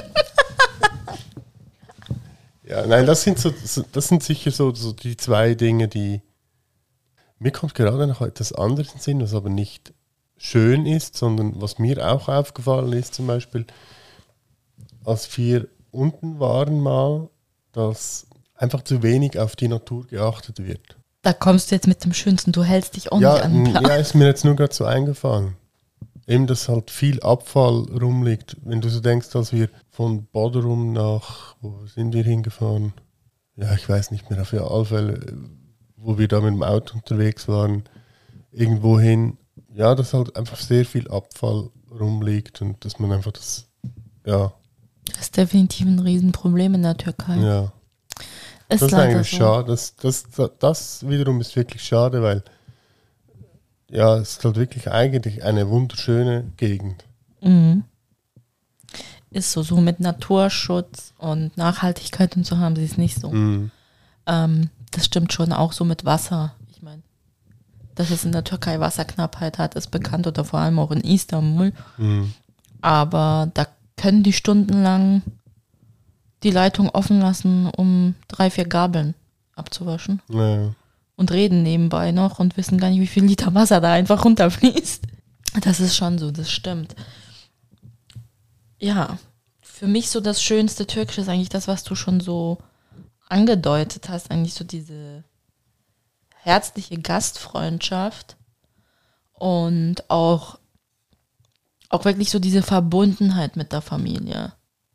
Ja, nein, das sind so, das sind sicher so, so die zwei Dinge, die mir kommt gerade noch etwas anderes in den Sinn, was aber nicht schön ist, sondern was mir auch aufgefallen ist, zum Beispiel, als wir unten waren mal, dass einfach zu wenig auf die Natur geachtet wird. Da kommst du jetzt mit dem Schönsten. Du hältst dich auch Ja, nicht an den n- Plan. ja, ist mir jetzt nur gerade so eingefallen. Eben, dass halt viel Abfall rumliegt. Wenn du so denkst, als wir von Bodrum nach, wo sind wir hingefahren? Ja, ich weiß nicht mehr, auf alle Fälle, wo wir da mit dem Auto unterwegs waren, irgendwo hin. Ja, dass halt einfach sehr viel Abfall rumliegt und dass man einfach das, ja, Das ist definitiv ein Riesenproblem in der Türkei. ja. Ist Das ist leider eigentlich so. schade. Das, das, das wiederum ist wirklich schade, weil ja, es ist halt wirklich eigentlich eine wunderschöne Gegend. Mhm. Ist so, so mit Naturschutz und Nachhaltigkeit und so haben sie es nicht so. Mhm. Ähm, das stimmt schon auch so mit Wasser. Ich meine, dass es in der Türkei Wasserknappheit hat, ist bekannt oder vor allem auch in Istanbul. Mhm. Aber da können die stundenlang die Leitung offen lassen, um drei, vier Gabeln abzuwaschen. Ja. Und reden nebenbei noch und wissen gar nicht, wie viel Liter Wasser da einfach runterfließt. Das ist schon so, das stimmt. ja, für mich so das schönste Türkische ist eigentlich das, was du schon so angedeutet hast, eigentlich so diese herzliche Gastfreundschaft und auch, auch wirklich so diese Verbundenheit mit der Familie.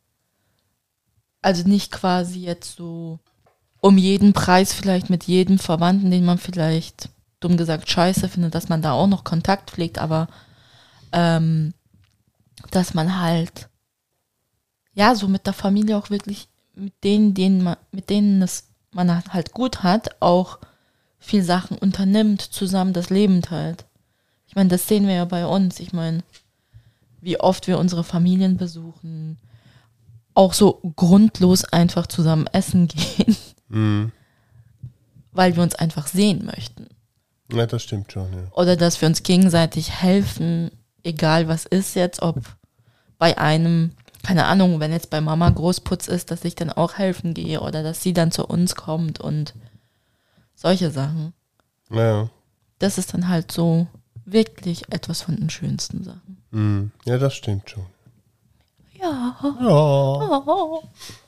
Also nicht quasi jetzt so um jeden Preis vielleicht mit jedem Verwandten, den man vielleicht, dumm gesagt, scheiße findet, dass man da auch noch Kontakt pflegt, aber ähm, dass man halt, ja, so mit der Familie auch wirklich, mit denen, denen man, mit denen es man halt gut hat, auch viel Sachen unternimmt, zusammen das Leben teilt. Ich meine, das sehen wir ja bei uns. Ich meine, wie oft wir unsere Familien besuchen, auch so grundlos einfach zusammen essen gehen, Mhm. weil wir uns einfach sehen möchten. Ja, das stimmt schon, ja. Oder dass wir uns gegenseitig helfen, egal was ist jetzt, ob bei einem, keine Ahnung, wenn jetzt bei Mama Großputz ist, dass ich dann auch helfen gehe oder dass sie dann zu uns kommt und solche Sachen. Ja, Das ist dann halt so wirklich etwas von den schönsten Sachen. mhm. Ja, das stimmt schon. Ja. Ja. Oh.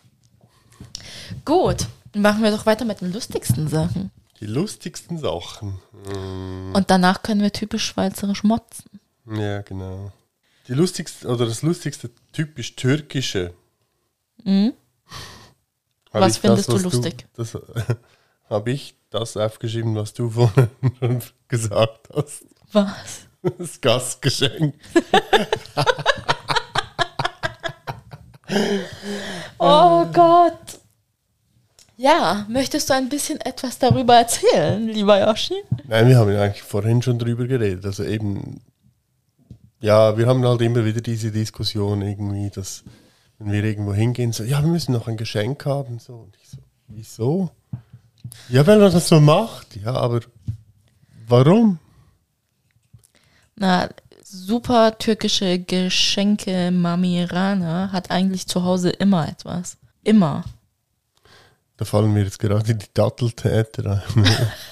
Gut, dann machen wir doch weiter mit den lustigsten Sachen. Die lustigsten Sachen. Mhm. Und danach können wir typisch schweizerisch motzen. Ja, genau. Die lustigste oder das lustigste typisch türkische. Mhm. Hab Was ich findest das, du was lustig? Das habe ich das aufgeschrieben, was du vorhin schon gesagt hast. Was? Das Gastgeschenk. Oh Gott. Ja, möchtest du ein bisschen etwas darüber erzählen, lieber Yoshi? Nein, wir haben ja eigentlich vorhin schon drüber geredet. Also eben, ja, wir haben halt immer wieder diese Diskussion irgendwie, dass wenn wir irgendwo hingehen, so, ja, wir müssen noch ein Geschenk haben. So. Und ich so, wieso? Ja, wenn man das so macht. Ja, aber warum? Na, super türkische Geschenke Mami Rana hat eigentlich zu Hause immer etwas. Immer. Da fallen mir jetzt gerade die Datteltäter ein.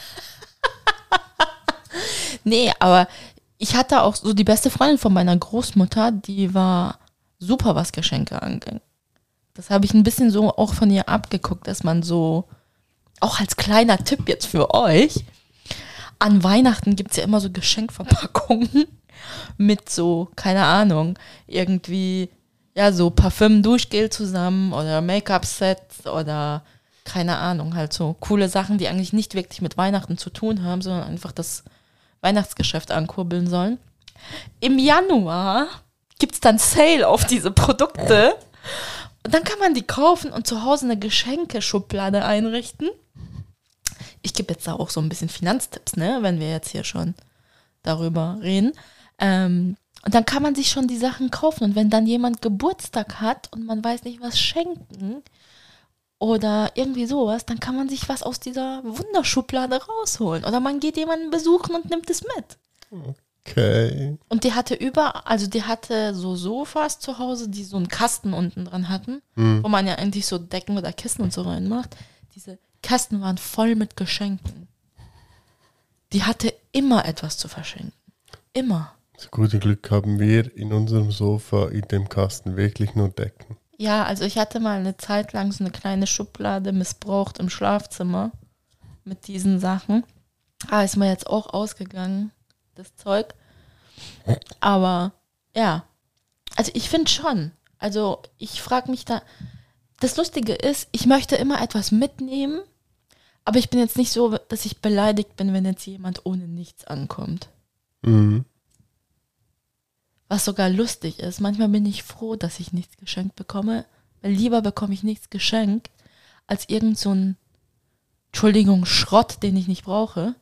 Nee, aber ich hatte auch so die beste Freundin von meiner Großmutter, die war super, was Geschenke anging. Das habe ich ein bisschen so auch von ihr abgeguckt, dass man so, auch als kleiner Tipp jetzt für euch, an Weihnachten gibt es ja immer so Geschenkverpackungen mit so, keine Ahnung, irgendwie, ja, so Parfüm-Duschgel zusammen oder Make-up-Sets oder keine Ahnung, halt so coole Sachen, die eigentlich nicht wirklich mit Weihnachten zu tun haben, sondern einfach das Weihnachtsgeschäft ankurbeln sollen. Im Januar gibt es dann Sale auf diese Produkte und dann kann man die kaufen und zu Hause eine Geschenkeschublade einrichten. Ich gebe jetzt da auch so ein bisschen Finanztipps, ne, wenn wir jetzt hier schon darüber reden. Ähm, und dann kann man sich schon die Sachen kaufen und wenn dann jemand Geburtstag hat und man weiß nicht, was schenken oder irgendwie sowas, dann kann man sich was aus dieser Wunderschublade rausholen. Oder man geht jemanden besuchen und nimmt es mit. Okay. Und die hatte über, also die hatte so Sofas zu Hause, die so einen Kasten unten dran hatten, Hm. wo man ja eigentlich so Decken oder Kissen und so reinmacht. Diese Kästen waren voll mit Geschenken. Die hatte immer etwas zu verschenken. Immer. Zu gutem Glück haben wir in unserem Sofa in dem Kasten wirklich nur Decken. Ja, also ich hatte mal eine Zeit lang so eine kleine Schublade missbraucht im Schlafzimmer mit diesen Sachen. Ah, ist mir jetzt auch ausgegangen, das Zeug. Aber ja, also ich finde schon. Also ich frage mich da, das Lustige ist, ich möchte immer etwas mitnehmen, aber ich bin jetzt nicht so, dass ich beleidigt bin, wenn jetzt jemand ohne nichts ankommt. Mhm. Was sogar lustig ist. Manchmal bin ich froh, dass ich nichts geschenkt bekomme, weil lieber bekomme ich nichts geschenkt, als irgend so ein, Entschuldigung, Schrott, den ich nicht brauche.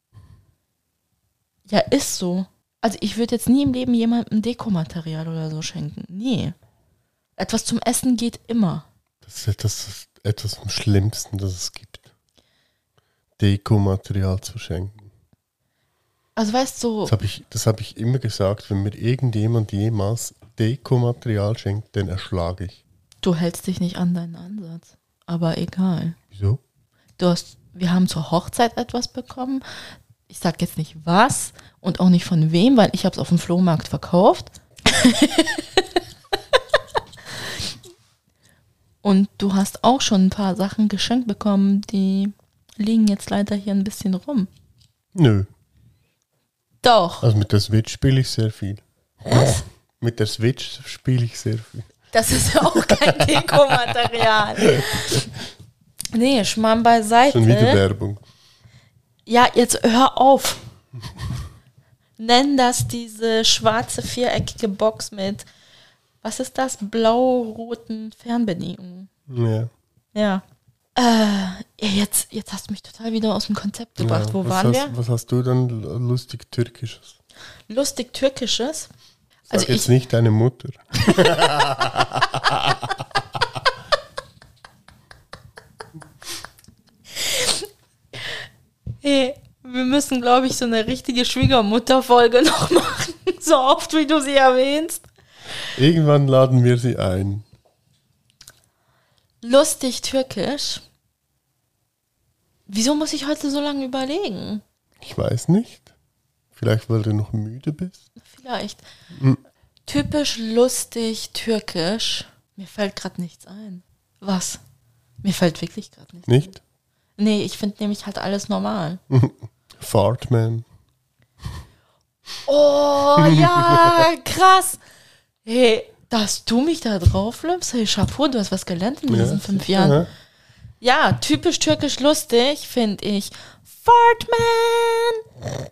Ja, ist so. Also ich würde jetzt nie im Leben jemandem Dekomaterial oder so schenken. Nie. Etwas zum Essen geht immer. Das ist etwas, etwas vom Schlimmsten, das es gibt. Dekomaterial zu schenken. Also weißt du, Das habe ich, das hab ich immer gesagt, wenn mir irgendjemand jemals Dekomaterial schenkt, den erschlage ich. du hältst dich nicht an deinen Ansatz. Aber egal. Wieso? Du hast, wir haben zur Hochzeit etwas bekommen. Ich sag jetzt nicht was und auch nicht von wem, weil ich habe es auf dem Flohmarkt verkauft. Und du hast auch schon ein paar Sachen geschenkt bekommen, die liegen jetzt leider hier ein bisschen rum. Nö. Doch. Also mit der Switch spiele ich sehr viel. Was? Mit der Switch spiele ich sehr viel. Das ist ja auch kein Dekomaterial. Nee, Schmarrn beiseite. Schon wieder Werbung. Ja, jetzt hör auf. Nenn das diese schwarze viereckige Box mit, was ist das? Blau-roten Fernbedienungen. Ja. Ja. Äh, jetzt, jetzt hast du mich total wieder aus dem Konzept gebracht. Ja, Wo was waren hast, wir? Was hast du dann lustig Türkisches? Lustig Türkisches. Sag Also jetzt ich, nicht deine Mutter. hey, wir müssen, glaube ich, so eine richtige Schwiegermutter-Folge noch machen. So oft, wie du sie erwähnst. Irgendwann laden wir sie ein. Lustig Türkisch. Wieso muss ich heute so lange überlegen? Ich weiß nicht. Vielleicht, weil du noch müde bist. Vielleicht. Hm. Typisch lustig Türkisch. Mir fällt gerade nichts ein. Was? Mir fällt wirklich gerade nichts Nicht? ein. Nee, ich finde nämlich halt alles normal. Fartman. Oh, ja, krass. Hey, dass du mich da drauf läufst, hey, Chapeau, du hast was gelernt in diesen Ja, fünf sicher, Jahren. ja. Ja, typisch türkisch lustig, finde ich. Fartman!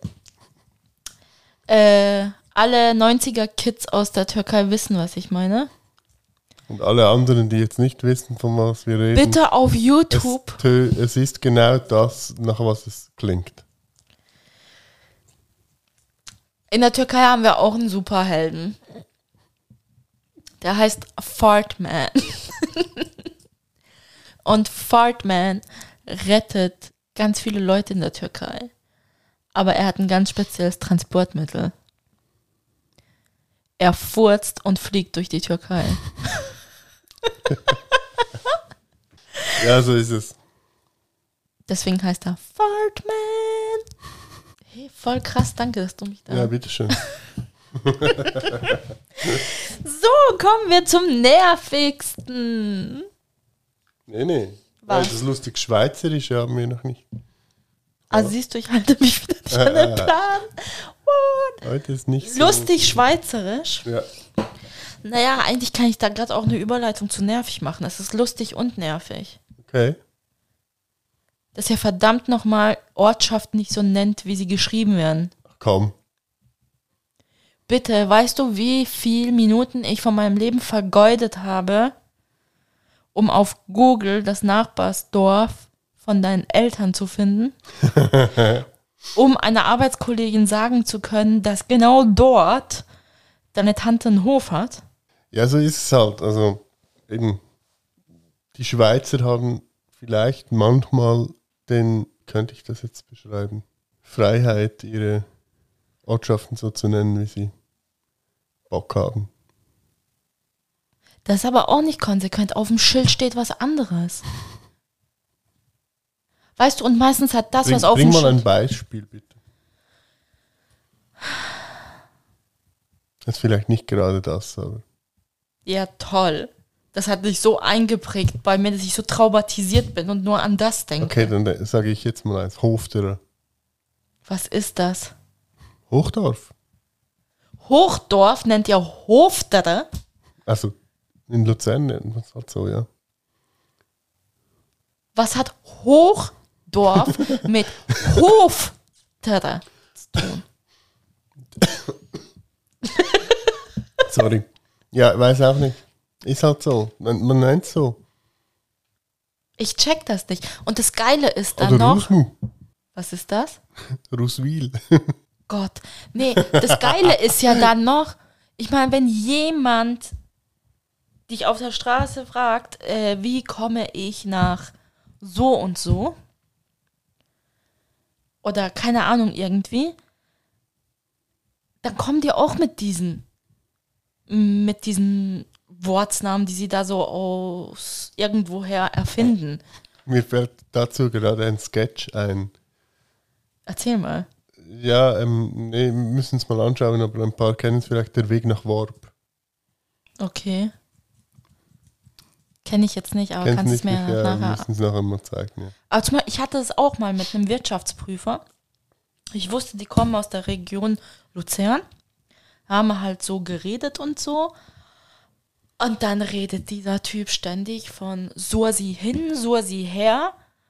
Äh, alle neunziger-Kids aus der Türkei wissen, was ich meine. Und alle anderen, die jetzt nicht wissen, von was wir reden. Bitte auf Es, YouTube. tö- es ist genau das, nach was es klingt. In der Türkei haben wir auch einen Superhelden. Der heißt Fartman. Und Fartman rettet ganz viele Leute in der Türkei. Aber er hat ein ganz spezielles Transportmittel. Er furzt und fliegt durch die Türkei. Ja, so ist es. Deswegen heißt er Fartman. Hey, voll krass, danke, dass du mich da... Ja, bitteschön. So, kommen wir zum nervigsten. Nee, nee. Was? Weil das lustig Schweizerische haben wir noch nicht. Ah, siehst du, ich halte mich wieder nicht an den Plan. What? Heute ist nicht so. Lustig schweizerisch. Ja. Naja, eigentlich kann ich da gerade auch eine Überleitung zu nervig machen. Es ist lustig und nervig. Okay. Dass ihr verdammt nochmal Ortschaften nicht so nennt, wie sie geschrieben werden. Ach, komm. Bitte, weißt du, wie viele Minuten ich von meinem Leben vergeudet habe, um auf Google das Nachbarsdorf von deinen Eltern zu finden? Um einer Arbeitskollegin sagen zu können, dass genau dort deine Tante einen Hof hat? Ja, so ist es halt. Also, eben, die Schweizer haben vielleicht manchmal den, könnte ich das jetzt beschreiben, Freiheit, ihre Ortschaften so zu nennen, wie sie Bock haben. Das ist aber auch nicht konsequent. Auf dem Schild steht was anderes. Weißt du, und meistens hat das, Bring, was auf bring dem mal ein Schild... Beispiel, bitte. Das ist vielleicht nicht gerade das, aber... Ja, toll. Das hat sich so eingeprägt bei mir, dass ich so traumatisiert bin und nur an das denke. Okay, dann sage ich jetzt mal eins. Hofderer. Was ist das? Hochdorf. Hochdorf nennt ihr Hofdere? Also, in Luzern nennt man es halt so, ja. Was hat Hochdorf mit Hofdere zu tun? Sorry. Ja, weiß auch nicht. Ist halt so. Man, man nennt es so. Ich check das nicht. Und das Geile ist dann Oder noch... Rusmu. Was ist das? Ruswil. Gott. Nee, das Geile ist ja dann noch... Ich meine, wenn jemand dich auf der Straße fragt, äh, wie komme ich nach so und so, oder keine Ahnung irgendwie, dann kommen die auch mit diesen mit diesen Wortsnamen, die sie da so aus irgendwoher erfinden. Mir fällt dazu gerade ein Sketch ein. Erzähl mal. Ja, ähm, nee, wir müssen es mal anschauen, aber ein paar kennen es vielleicht, der Weg nach Worp. Okay. Kenne ich jetzt nicht, aber Kennst kannst nicht es mir nicht, ja, wir nachher... müssen es nachher mal zeigen. Ja. Aber zum Beispiel, ich hatte es auch mal mit einem Wirtschaftsprüfer. Ich wusste, die kommen aus der Region Luzern. Haben halt so geredet und so. Und dann redet dieser Typ ständig von Sursi hin, Sursi her.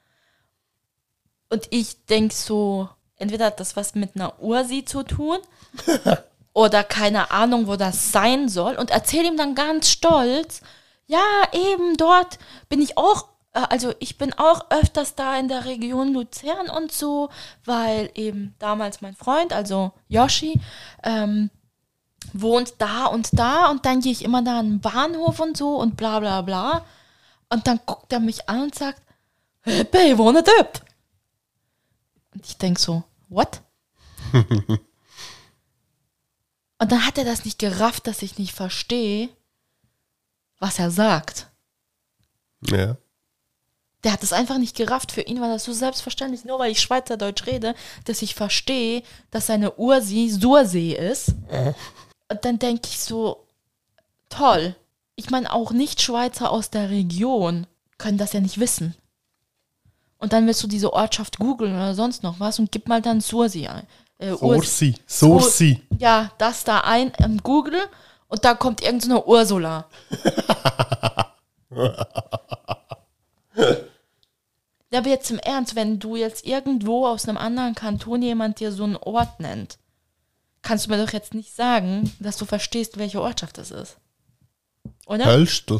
Und ich denke so, entweder hat das was mit einer Ursi zu tun oder keine Ahnung, wo das sein soll. Und erzähle ihm dann ganz stolz, ja, eben dort bin ich auch, äh, also ich bin auch öfters da in der Region Luzern und so, weil eben damals mein Freund, also Yoshi, ähm, wohnt da und da und dann gehe ich immer da an den Bahnhof und so und bla bla bla. Und dann guckt er mich an und sagt, hey, ich wohne dort. Und ich denke so, what? Und dann hat er das nicht gerafft, dass ich nicht verstehe, was er sagt. Ja. Der hat es einfach nicht gerafft. Für ihn war das so selbstverständlich, nur weil ich Schweizerdeutsch rede, dass ich verstehe, dass seine Ursi Sursee ist. Und dann denke ich so, toll. Ich meine, auch Nicht-Schweizer aus der Region können das ja nicht wissen. Und dann willst du diese Ortschaft googeln oder sonst noch was und gib mal dann Sursi ein. Äh, Sursi. Sursi. Ja, das da ein im Google und da kommt irgend so eine Ursula. Ja, aber jetzt im Ernst, wenn du jetzt irgendwo aus einem anderen Kanton jemand dir so einen Ort nennt, kannst du mir doch jetzt nicht sagen, dass du verstehst, welche Ortschaft das ist. Oder? Hölstel.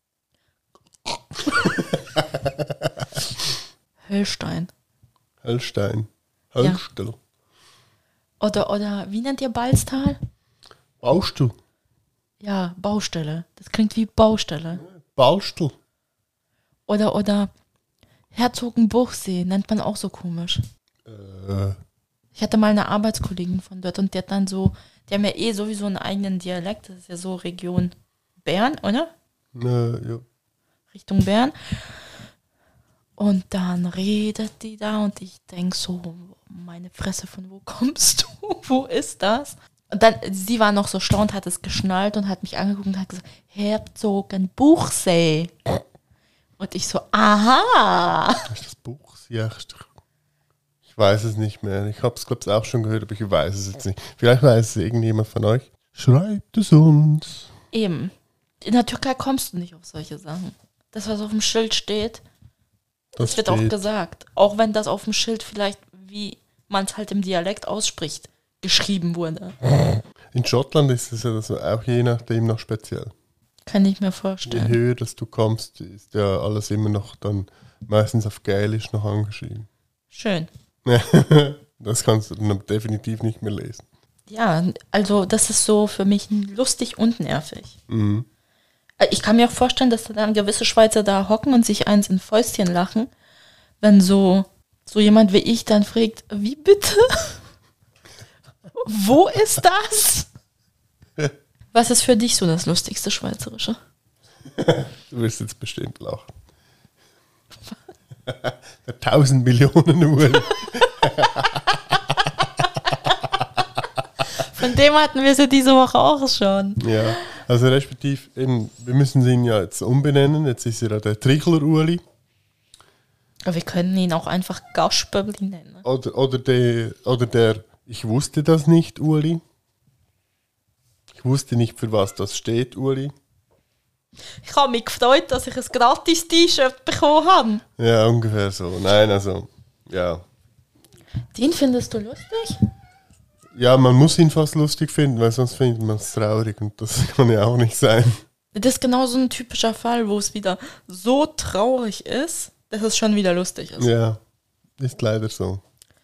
Höllstein. Höllstein. Hölstel. Ja. Oder, oder, wie nennt ihr Balztal? Baustel. Ja, Baustelle. Das klingt wie Baustelle. Baustel. Oder, oder Herzogenbuchsee, nennt man auch so komisch. Äh. Ich hatte mal eine Arbeitskollegin von dort und die hat dann so, die haben ja eh sowieso einen eigenen Dialekt, das ist ja so Region Bern, oder? Äh, ja. Richtung Bern. Und dann redet die da und ich denke so, meine Fresse, von wo kommst du? Wo ist das? Und dann, sie war noch so schlau und hat es geschnallt und hat mich angeguckt und hat gesagt, Herzogenbuchsee. Und ich so, aha. Ist das Buch? Ja, ich weiß es nicht mehr. Ich habe es, glaube ich, auch schon gehört, aber ich weiß es jetzt nicht. Vielleicht weiß es irgendjemand von euch. Schreibt es uns. Eben. In der Türkei kommst du nicht auf solche Sachen. Das, was auf dem Schild steht, das, das wird steht. Auch gesagt. Auch wenn das auf dem Schild vielleicht, wie man es halt im Dialekt ausspricht, geschrieben wurde. In Schottland ist es ja das auch je nachdem noch speziell. Kann ich mir vorstellen. Je höher, dass du kommst, ist ja alles immer noch dann meistens auf Gälisch noch angeschrieben. Schön. Das kannst du dann definitiv nicht mehr lesen. Ja, also das ist so für mich lustig und nervig. Mhm. Ich kann mir auch vorstellen, dass da dann gewisse Schweizer da hocken und sich eins in Fäustchen lachen, wenn so, so jemand wie ich dann fragt, wie bitte? Wo ist das? Was ist für dich so das lustigste Schweizerische? Du wirst jetzt bestimmt lachen. Der tausend Millionen Uhr. Von dem hatten wir sie diese Woche auch schon. Ja, also respektive, eben, wir müssen ihn ja jetzt umbenennen. Jetzt ist er ja der Trichler-Uli. Aber wir können ihn auch einfach Gaspöbli nennen. Oder, oder, der, oder der Ich wusste das nicht, Uli. Ich wusste nicht, für was das steht, Uli. Ich habe mich gefreut, dass ich ein gratis T-Shirt bekommen habe. Ja, ungefähr so. Nein, also, ja. Den findest du lustig? Ja, man muss ihn fast lustig finden, weil sonst findet man es traurig und das kann ja auch nicht sein. Das ist genau so ein typischer Fall, wo es wieder so traurig ist, dass es schon wieder lustig ist. Ja, ist leider so.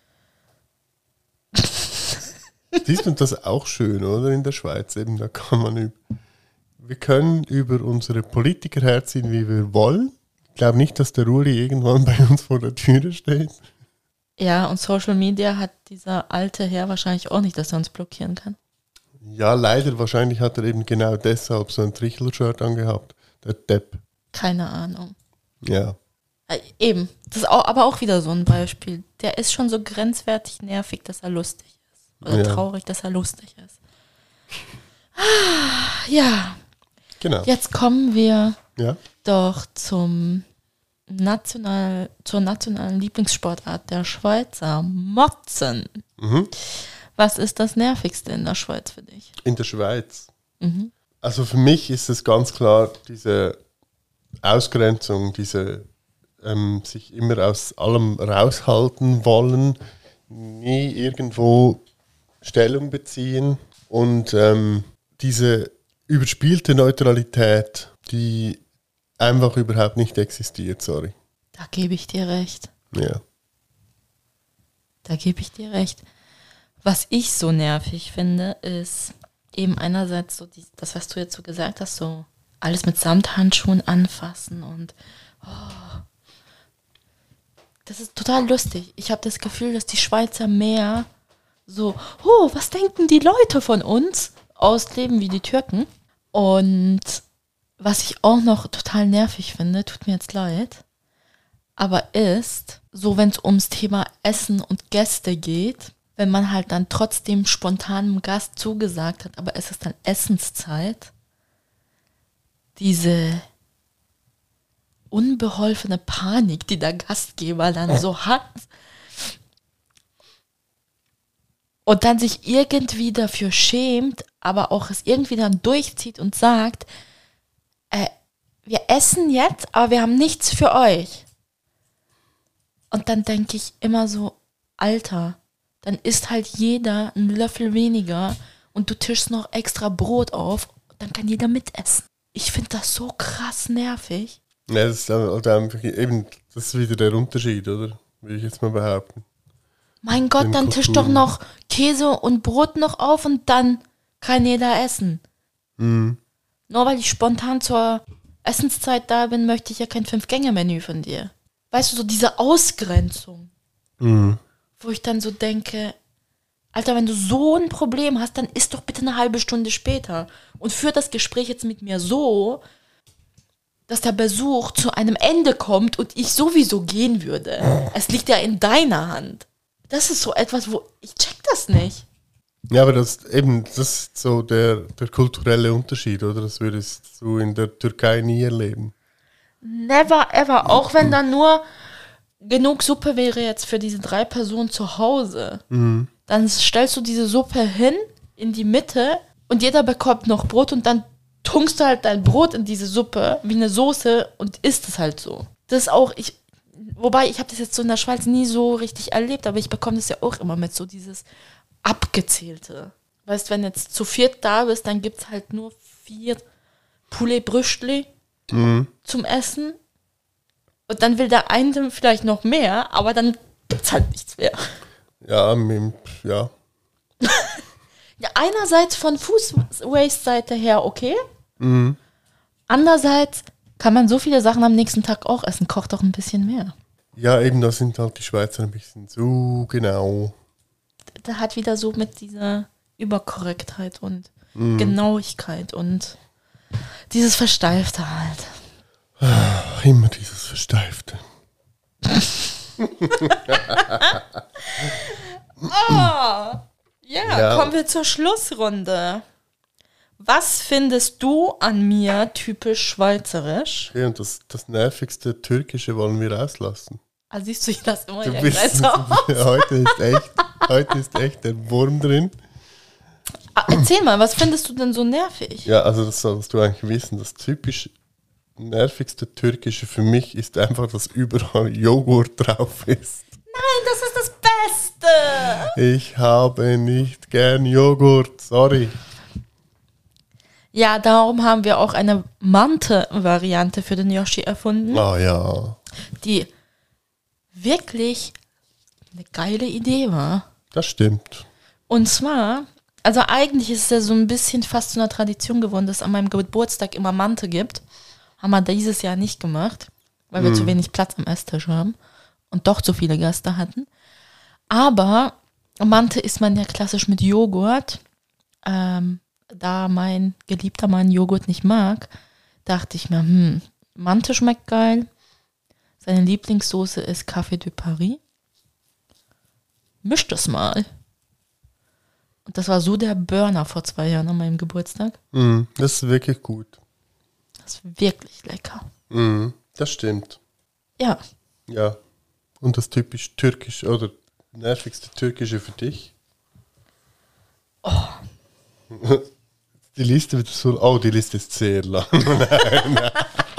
Siehst du das auch schön, oder? In der Schweiz eben, da kann man über, wir können über unsere Politiker herziehen, wie wir wollen. Ich glaube nicht, dass der Uli irgendwann bei uns vor der Türe steht. Ja, und Social Media hat dieser alte Herr wahrscheinlich auch nicht, dass er uns blockieren kann. Ja, leider. Wahrscheinlich hat er eben genau deshalb so ein Trichler-Shirt angehabt. Der Depp. Keine Ahnung. Ja. Äh, eben. Das ist auch, aber auch wieder so ein Beispiel. Der ist schon so grenzwertig nervig, dass er lustig ist. Oder ja. Traurig, dass er lustig ist. Ah, ja. Genau. Jetzt kommen wir Ja. Doch zum national, zur nationalen Lieblingssportart der Schweizer, Motzen. Mhm. Was ist das Nervigste in der Schweiz für dich? In der Schweiz. Mhm. Also für mich ist es ganz klar diese Ausgrenzung, diese ähm, sich immer aus allem raushalten wollen, nie irgendwo Stellung beziehen und ähm, diese überspielte Neutralität, die einfach überhaupt nicht existiert, sorry. Da gebe ich dir recht. Ja. Da gebe ich dir recht. Was ich so nervig finde, ist eben einerseits so die, das, was du jetzt so gesagt hast, so alles mit Samthandschuhen anfassen und oh, das ist total lustig. Ich habe das Gefühl, dass die Schweizer mehr so, oh, was denken die Leute von uns, ausleben wie die Türken. Und was ich auch noch total nervig finde, tut mir jetzt leid, aber ist, so wenn es ums Thema Essen und Gäste geht, wenn man halt dann trotzdem spontanem Gast zugesagt hat, aber es ist dann Essenszeit, diese unbeholfene Panik, die der Gastgeber dann so hat und dann sich irgendwie dafür schämt, aber auch es irgendwie dann durchzieht und sagt, äh, wir essen jetzt, aber wir haben nichts für euch. Und dann denke ich immer so, Alter, dann isst halt jeder einen Löffel weniger und du tischst noch extra Brot auf, dann kann jeder mitessen. Ich finde das so krass nervig. Ja, das ist halt einfach eben, das ist wieder der Unterschied, oder? Würde ich jetzt mal behaupten. Mein Gott, Den dann tisch doch Kulturen. noch Käse und Brot noch auf und dann kann jeder essen. Mhm. Nur weil ich spontan zur Essenszeit da bin, möchte ich ja kein Fünf-Gänge-Menü von dir. Weißt du, so diese Ausgrenzung, Mhm. wo ich dann so denke, Alter, wenn du so ein Problem hast, dann isst doch bitte eine halbe Stunde später und führ das Gespräch jetzt mit mir so, dass der Besuch zu einem Ende kommt und ich sowieso gehen würde. Es liegt ja in deiner Hand. Das ist so etwas, wo ich check das nicht. Ja, aber das eben, das ist so der, der kulturelle Unterschied, oder? Das würdest du in der Türkei nie erleben. Never ever. Auch wenn da nur genug Suppe wäre jetzt für diese drei Personen zu Hause. Mhm. Dann stellst du diese Suppe hin, in die Mitte und jeder bekommt noch Brot und dann tunkst du halt dein Brot in diese Suppe wie eine Soße und isst es halt so. Das ist auch, ich, wobei ich habe das jetzt so in der Schweiz nie so richtig erlebt, aber ich bekomme das ja auch immer mit, so dieses Abgezählte. Weißt, wenn jetzt zu viert da bist, dann gibt es halt nur vier Poulet-Brüstli Mhm. zum Essen und dann will der eine vielleicht noch mehr, aber dann gibt es halt nichts mehr. Ja, mit, ja. Ja, einerseits von Food-Waste-Seite her okay, Mhm. andererseits kann man so viele Sachen am nächsten Tag auch essen, kocht doch ein bisschen mehr. Ja, eben, da sind halt die Schweizer ein bisschen zu genau. Da hat wieder so mit dieser Überkorrektheit und Genauigkeit und dieses Versteifte halt. Ach, immer dieses Versteifte. Oh, ja, Ja. kommen wir zur Schlussrunde. Was findest du an mir typisch schweizerisch? Ja, und das, das nervigste Türkische wollen wir auslassen. Ah, siehst du das immer Du in bist, besser? heute ist echt, heute ist echt der Wurm drin. Ah, erzähl mal, was findest du denn so nervig? Ja, also das solltest du eigentlich wissen. Das typisch nervigste Türkische für mich ist einfach, dass überall Joghurt drauf ist. Nein, das ist das Beste. Ich habe nicht gern Joghurt, sorry. Ja, darum haben wir auch eine Mante-Variante für den Yoshi erfunden, Ah ja, die wirklich eine geile Idee war. das stimmt. Und zwar, also eigentlich ist es ja so ein bisschen fast zu einer Tradition geworden, dass es an meinem Geburtstag immer Mante gibt. Haben wir dieses Jahr nicht gemacht, weil wir zu wenig Platz am Esstisch haben und doch zu viele Gäste hatten. Aber Mante isst man ja klassisch mit Joghurt. Ähm, da mein geliebter Mann Joghurt nicht mag, dachte ich mir, hm, Mante schmeckt geil. Seine Lieblingssoße ist Café de Paris. Misch das mal. Und das war so der Burner vor zwei Jahren an meinem Geburtstag. Mm, das ist wirklich gut. ist wirklich lecker. Mhm, das stimmt. Ja. Ja. Und das typisch türkisch oder nervigste türkische für dich? Oh. Die Liste wird so. Oh, die Liste ist sehr lang. Nein.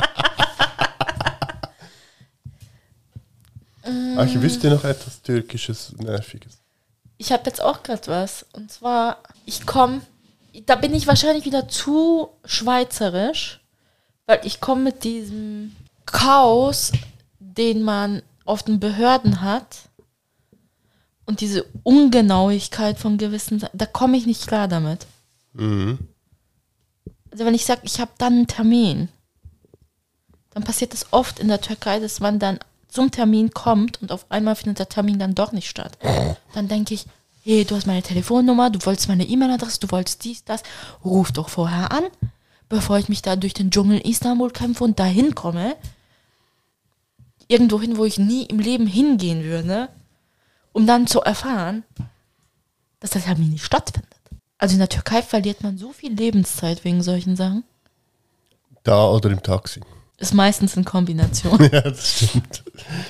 Ach, ich wüsste noch etwas Türkisches, Nerviges. Ich habe jetzt auch gerade was. Und zwar, ich komme, da bin ich wahrscheinlich wieder zu schweizerisch, weil ich komme mit diesem Chaos, den man auf den Behörden hat und diese Ungenauigkeit von gewissen, da komme ich nicht klar damit. Mhm. Also wenn ich sage, ich habe dann einen Termin, dann passiert es oft in der Türkei, dass man dann zum Termin kommt und auf einmal findet der Termin dann doch nicht statt. Dann denke ich, hey, du hast meine Telefonnummer, du wolltest meine E-Mail-Adresse, du wolltest dies, das, ruf doch vorher an, bevor ich mich da durch den Dschungel Istanbul kämpfe und dahin komme. Irgendwo hin, wo ich nie im Leben hingehen würde, um dann zu erfahren, dass der Termin nicht stattfindet. Also in der Türkei verliert man so viel Lebenszeit wegen solchen Sachen. Da oder im Taxi. Ist meistens in Kombination. Ja, das stimmt.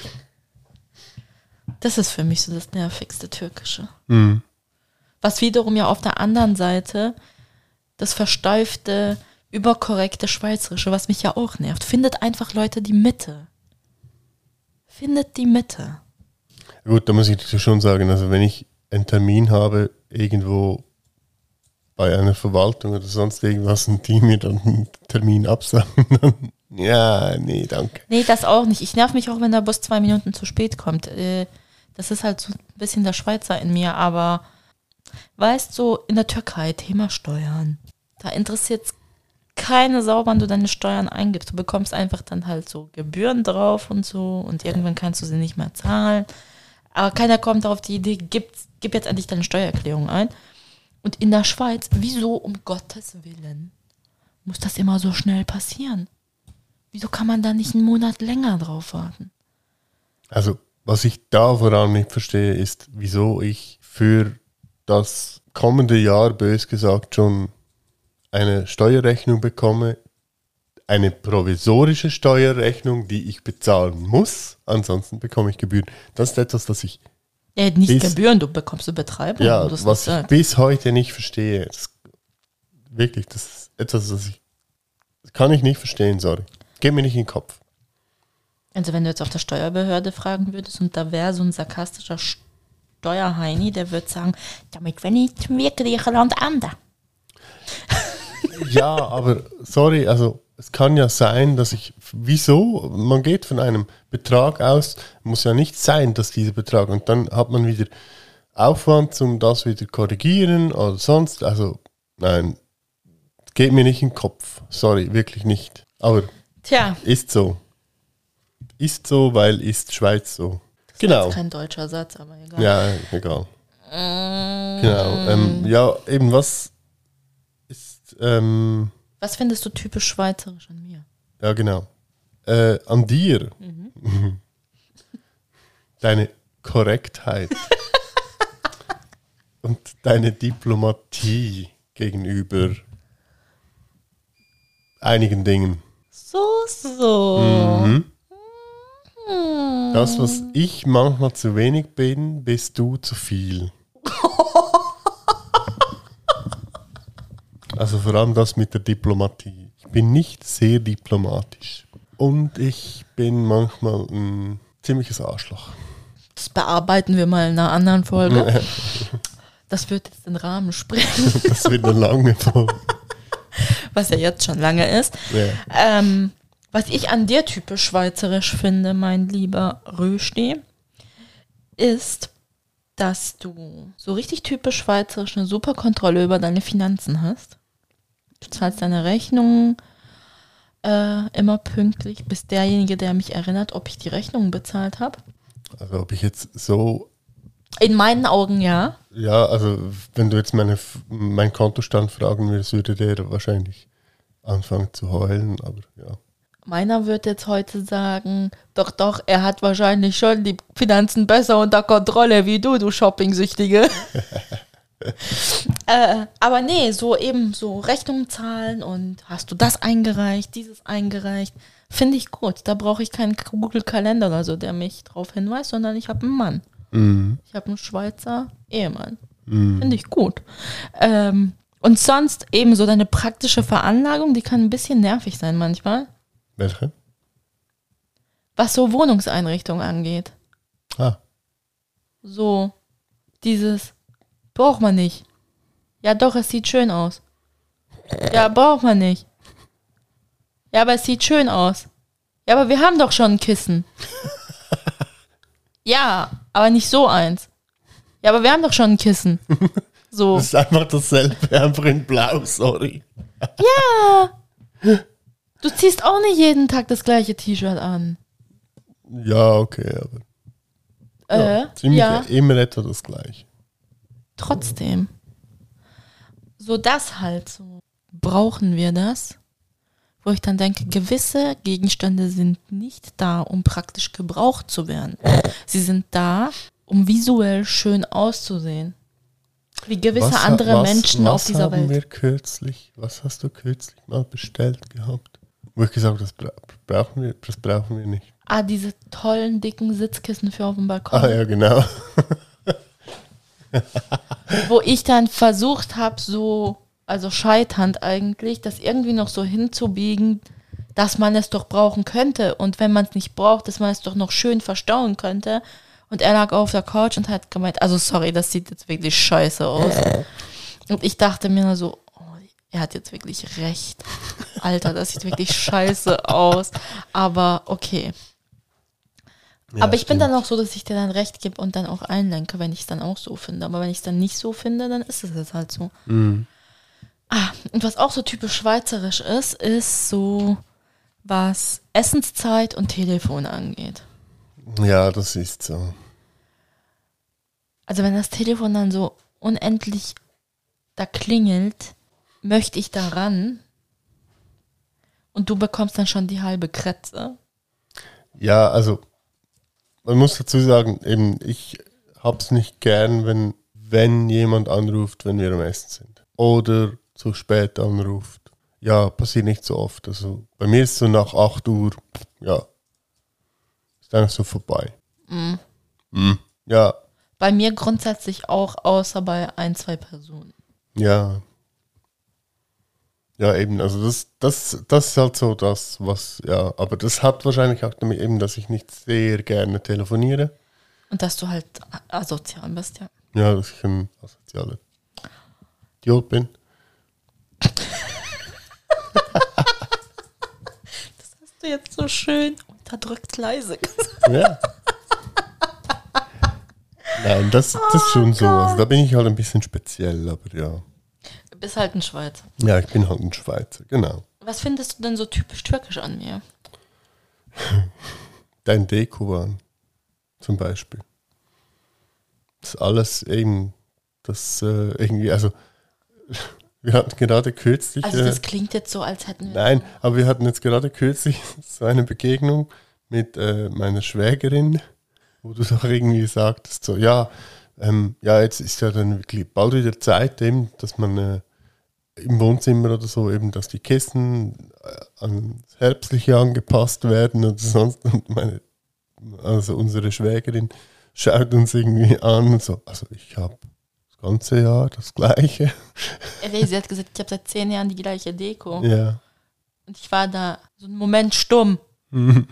Das ist für mich so das nervigste Türkische. Mhm. Was wiederum ja auf der anderen Seite das versteifte, überkorrekte Schweizerische, was mich ja auch nervt. Findet einfach Leute die Mitte. Findet die Mitte. Gut, da muss ich dir schon sagen, also wenn ich einen Termin habe, irgendwo bei einer Verwaltung oder sonst irgendwas und die mir dann einen Termin absagen, dann ja, nee, danke. Nee, das auch nicht. Ich nerv mich auch, wenn der Bus zwei Minuten zu spät kommt. Das ist halt so ein bisschen der Schweizer in mir, aber weißt du, in der Türkei, Thema Steuern, da interessiert es keine Sau, wann du deine Steuern eingibst. Du bekommst einfach dann halt so Gebühren drauf und so und irgendwann kannst du sie nicht mehr zahlen. Aber keiner kommt auf die Idee, gib, gib jetzt endlich deine Steuererklärung ein. Und in der Schweiz, wieso um Gottes Willen muss das immer so schnell passieren? Wieso kann man da nicht einen Monat länger drauf warten? Also, was ich da vor allem nicht verstehe, ist, wieso ich für das kommende Jahr, bös gesagt, schon eine Steuerrechnung bekomme, eine provisorische Steuerrechnung, die ich bezahlen muss, ansonsten bekomme ich Gebühren. Das ist etwas, das ich Ja, nicht bis, Gebühren, du bekommst eine Betreibung. Ja, das was ich bis heute nicht verstehe. Das, wirklich, das ist etwas, das ich das kann ich nicht verstehen, sorry. Geht mir nicht in den Kopf. Also wenn du jetzt auf der Steuerbehörde fragen würdest und da wäre so ein sarkastischer Steuerheini, der würde sagen, damit wenn ich zum Griechenland ende. Ja, aber sorry, also es kann ja sein, dass ich, wieso? Man geht von einem Betrag aus, muss ja nicht sein, dass dieser Betrag, und dann hat man wieder Aufwand, um das wieder korrigieren oder sonst, also nein, geht mir nicht in den Kopf, sorry, wirklich nicht. Aber Tja. Ist so. Ist so, weil ist Schweiz so. Das genau. ist kein deutscher Satz, aber egal. Ja, egal. Mm. Genau. Ähm, ja, eben was ist, ähm, was findest du typisch schweizerisch an mir? ja genau, äh, an dir, Mhm. deine Korrektheit und deine Diplomatie gegenüber einigen Dingen. So, so. Mhm. Mm. Das, was ich manchmal zu wenig bin, bist du zu viel. Also vor allem das mit der Diplomatie. Ich bin nicht sehr diplomatisch. Und ich bin manchmal ein ziemliches Arschloch. Das bearbeiten wir mal in einer anderen Folge. Das wird jetzt den Rahmen sprengen. Das wird eine lange Folge. Was ja jetzt schon lange ist. Ja. Ähm, was ich an dir typisch schweizerisch finde, mein lieber Rösti, ist, dass du so richtig typisch schweizerisch eine super Kontrolle über deine Finanzen hast. Du zahlst deine Rechnungen äh, immer pünktlich, bist derjenige, der mich erinnert, ob ich die Rechnungen bezahlt habe. Also ob ich jetzt so... In meinen Augen ja. Ja, also wenn du jetzt meine, meinen Kontostand fragen würdest, würde der wahrscheinlich anfangen zu heulen, aber ja. Meiner wird jetzt heute sagen, doch, doch, er hat wahrscheinlich schon die Finanzen besser unter Kontrolle wie du, du Shopping-Süchtige. äh, aber nee, so eben so Rechnungen zahlen und hast du das eingereicht, dieses eingereicht, finde ich gut. Da brauche ich keinen Google-Kalender oder so, der mich darauf hinweist, sondern ich habe einen Mann. Mhm. Ich habe einen Schweizer Ehemann. Mhm. Finde ich gut. Ähm, und sonst eben so deine praktische Veranlagung, die kann ein bisschen nervig sein manchmal, Welche? was so Wohnungseinrichtungen angeht. Ah. So dieses, braucht man nicht. Ja doch, es sieht schön aus. Ja, braucht man nicht. Ja, aber es sieht schön aus. Ja, aber wir haben doch schon ein Kissen. Ja, aber nicht so eins. Ja, aber wir haben doch schon ein Kissen. So. Das ist einfach dasselbe, einfach in blau, sorry. Ja. Du ziehst auch nicht jeden Tag das gleiche T-Shirt an. Ja, okay, aber Äh, ja, ziemlich ja. immer etwa das gleiche. Trotzdem. So das halt so. Brauchen wir das? Wo ich dann denke, gewisse Gegenstände sind nicht da, um praktisch gebraucht zu werden. Sie sind da, um visuell schön auszusehen. Wie gewisse Was ha- andere was, Menschen was auf dieser haben Welt. wir kürzlich, was hast du kürzlich mal bestellt gehabt? Wo ich gesagt habe, das bra brauchen wir, das brauchen wir nicht. Ah, diese tollen, dicken Sitzkissen für auf dem Balkon. Ah ja, genau. Wo ich dann versucht habe, so, also scheiternd eigentlich, das irgendwie noch so hinzubiegen, dass man es doch brauchen könnte. Und wenn man es nicht braucht, dass man es doch noch schön verstauen könnte. Und er lag auf der Couch und hat gemeint, also sorry, das sieht jetzt wirklich scheiße aus. Und ich dachte mir nur so, oh, er hat jetzt wirklich recht. Alter, das sieht wirklich scheiße aus. Aber okay. Ja, Aber ich bin stimmt. dann auch so, dass ich dir dann recht gebe und dann auch einlenke, wenn ich es dann auch so finde. Aber wenn ich es dann nicht so finde, dann ist es jetzt halt so. Mhm. Ah, und was auch so typisch schweizerisch ist, ist so, was Essenszeit und Telefon angeht. Ja, das ist so. Also wenn das Telefon dann so unendlich da klingelt, möchte ich da ran und du bekommst dann schon die halbe Kretze. Ja, also man muss dazu sagen, eben ich hab's nicht gern, wenn, wenn jemand anruft, wenn wir am Essen sind. Oder zu spät anruft. Ja, passiert nicht so oft. Also bei mir ist so nach acht Uhr, ja, ist eigentlich so vorbei. Mhm. Mhm. Ja, Bei mir grundsätzlich auch, außer bei ein, zwei Personen. ja. Ja, eben, also das, das, das ist halt so das, was, ja, aber das hat wahrscheinlich auch damit eben, dass ich nicht sehr gerne telefoniere. Und dass du halt asozial bist, ja. Ja, dass ich ein asozialer Idiot bin. Das hast du jetzt so schön unterdrückt leise gesagt. Ja. Nein, das, das ist schon so. Also da bin ich halt ein bisschen speziell, aber ja. Du bist halt ein Schweizer. Ja, ich bin halt ein Schweizer, genau. Was findest du denn so typisch türkisch an mir? Dein Deko-Wahn zum Beispiel. Das ist alles eben, das äh, irgendwie, also wir hatten gerade kürzlich... Also äh, das klingt jetzt so, als hätten wir... Nein, aber wir hatten jetzt gerade kürzlich so eine Begegnung mit äh, meiner Schwägerin, wo du doch irgendwie sagtest, so, ja, ähm, ja, jetzt ist ja dann wirklich bald wieder Zeit, eben, dass man äh, im Wohnzimmer oder so eben, dass die Kissen äh, ans Herbstliche angepasst werden oder sonst. Und meine, also unsere Schwägerin schaut uns irgendwie an und so, also ich habe das ganze Jahr das Gleiche. Sie hat gesagt, ich habe seit zehn Jahren die gleiche Deko. Ja. Und ich war da so einen Moment stumm. Mhm.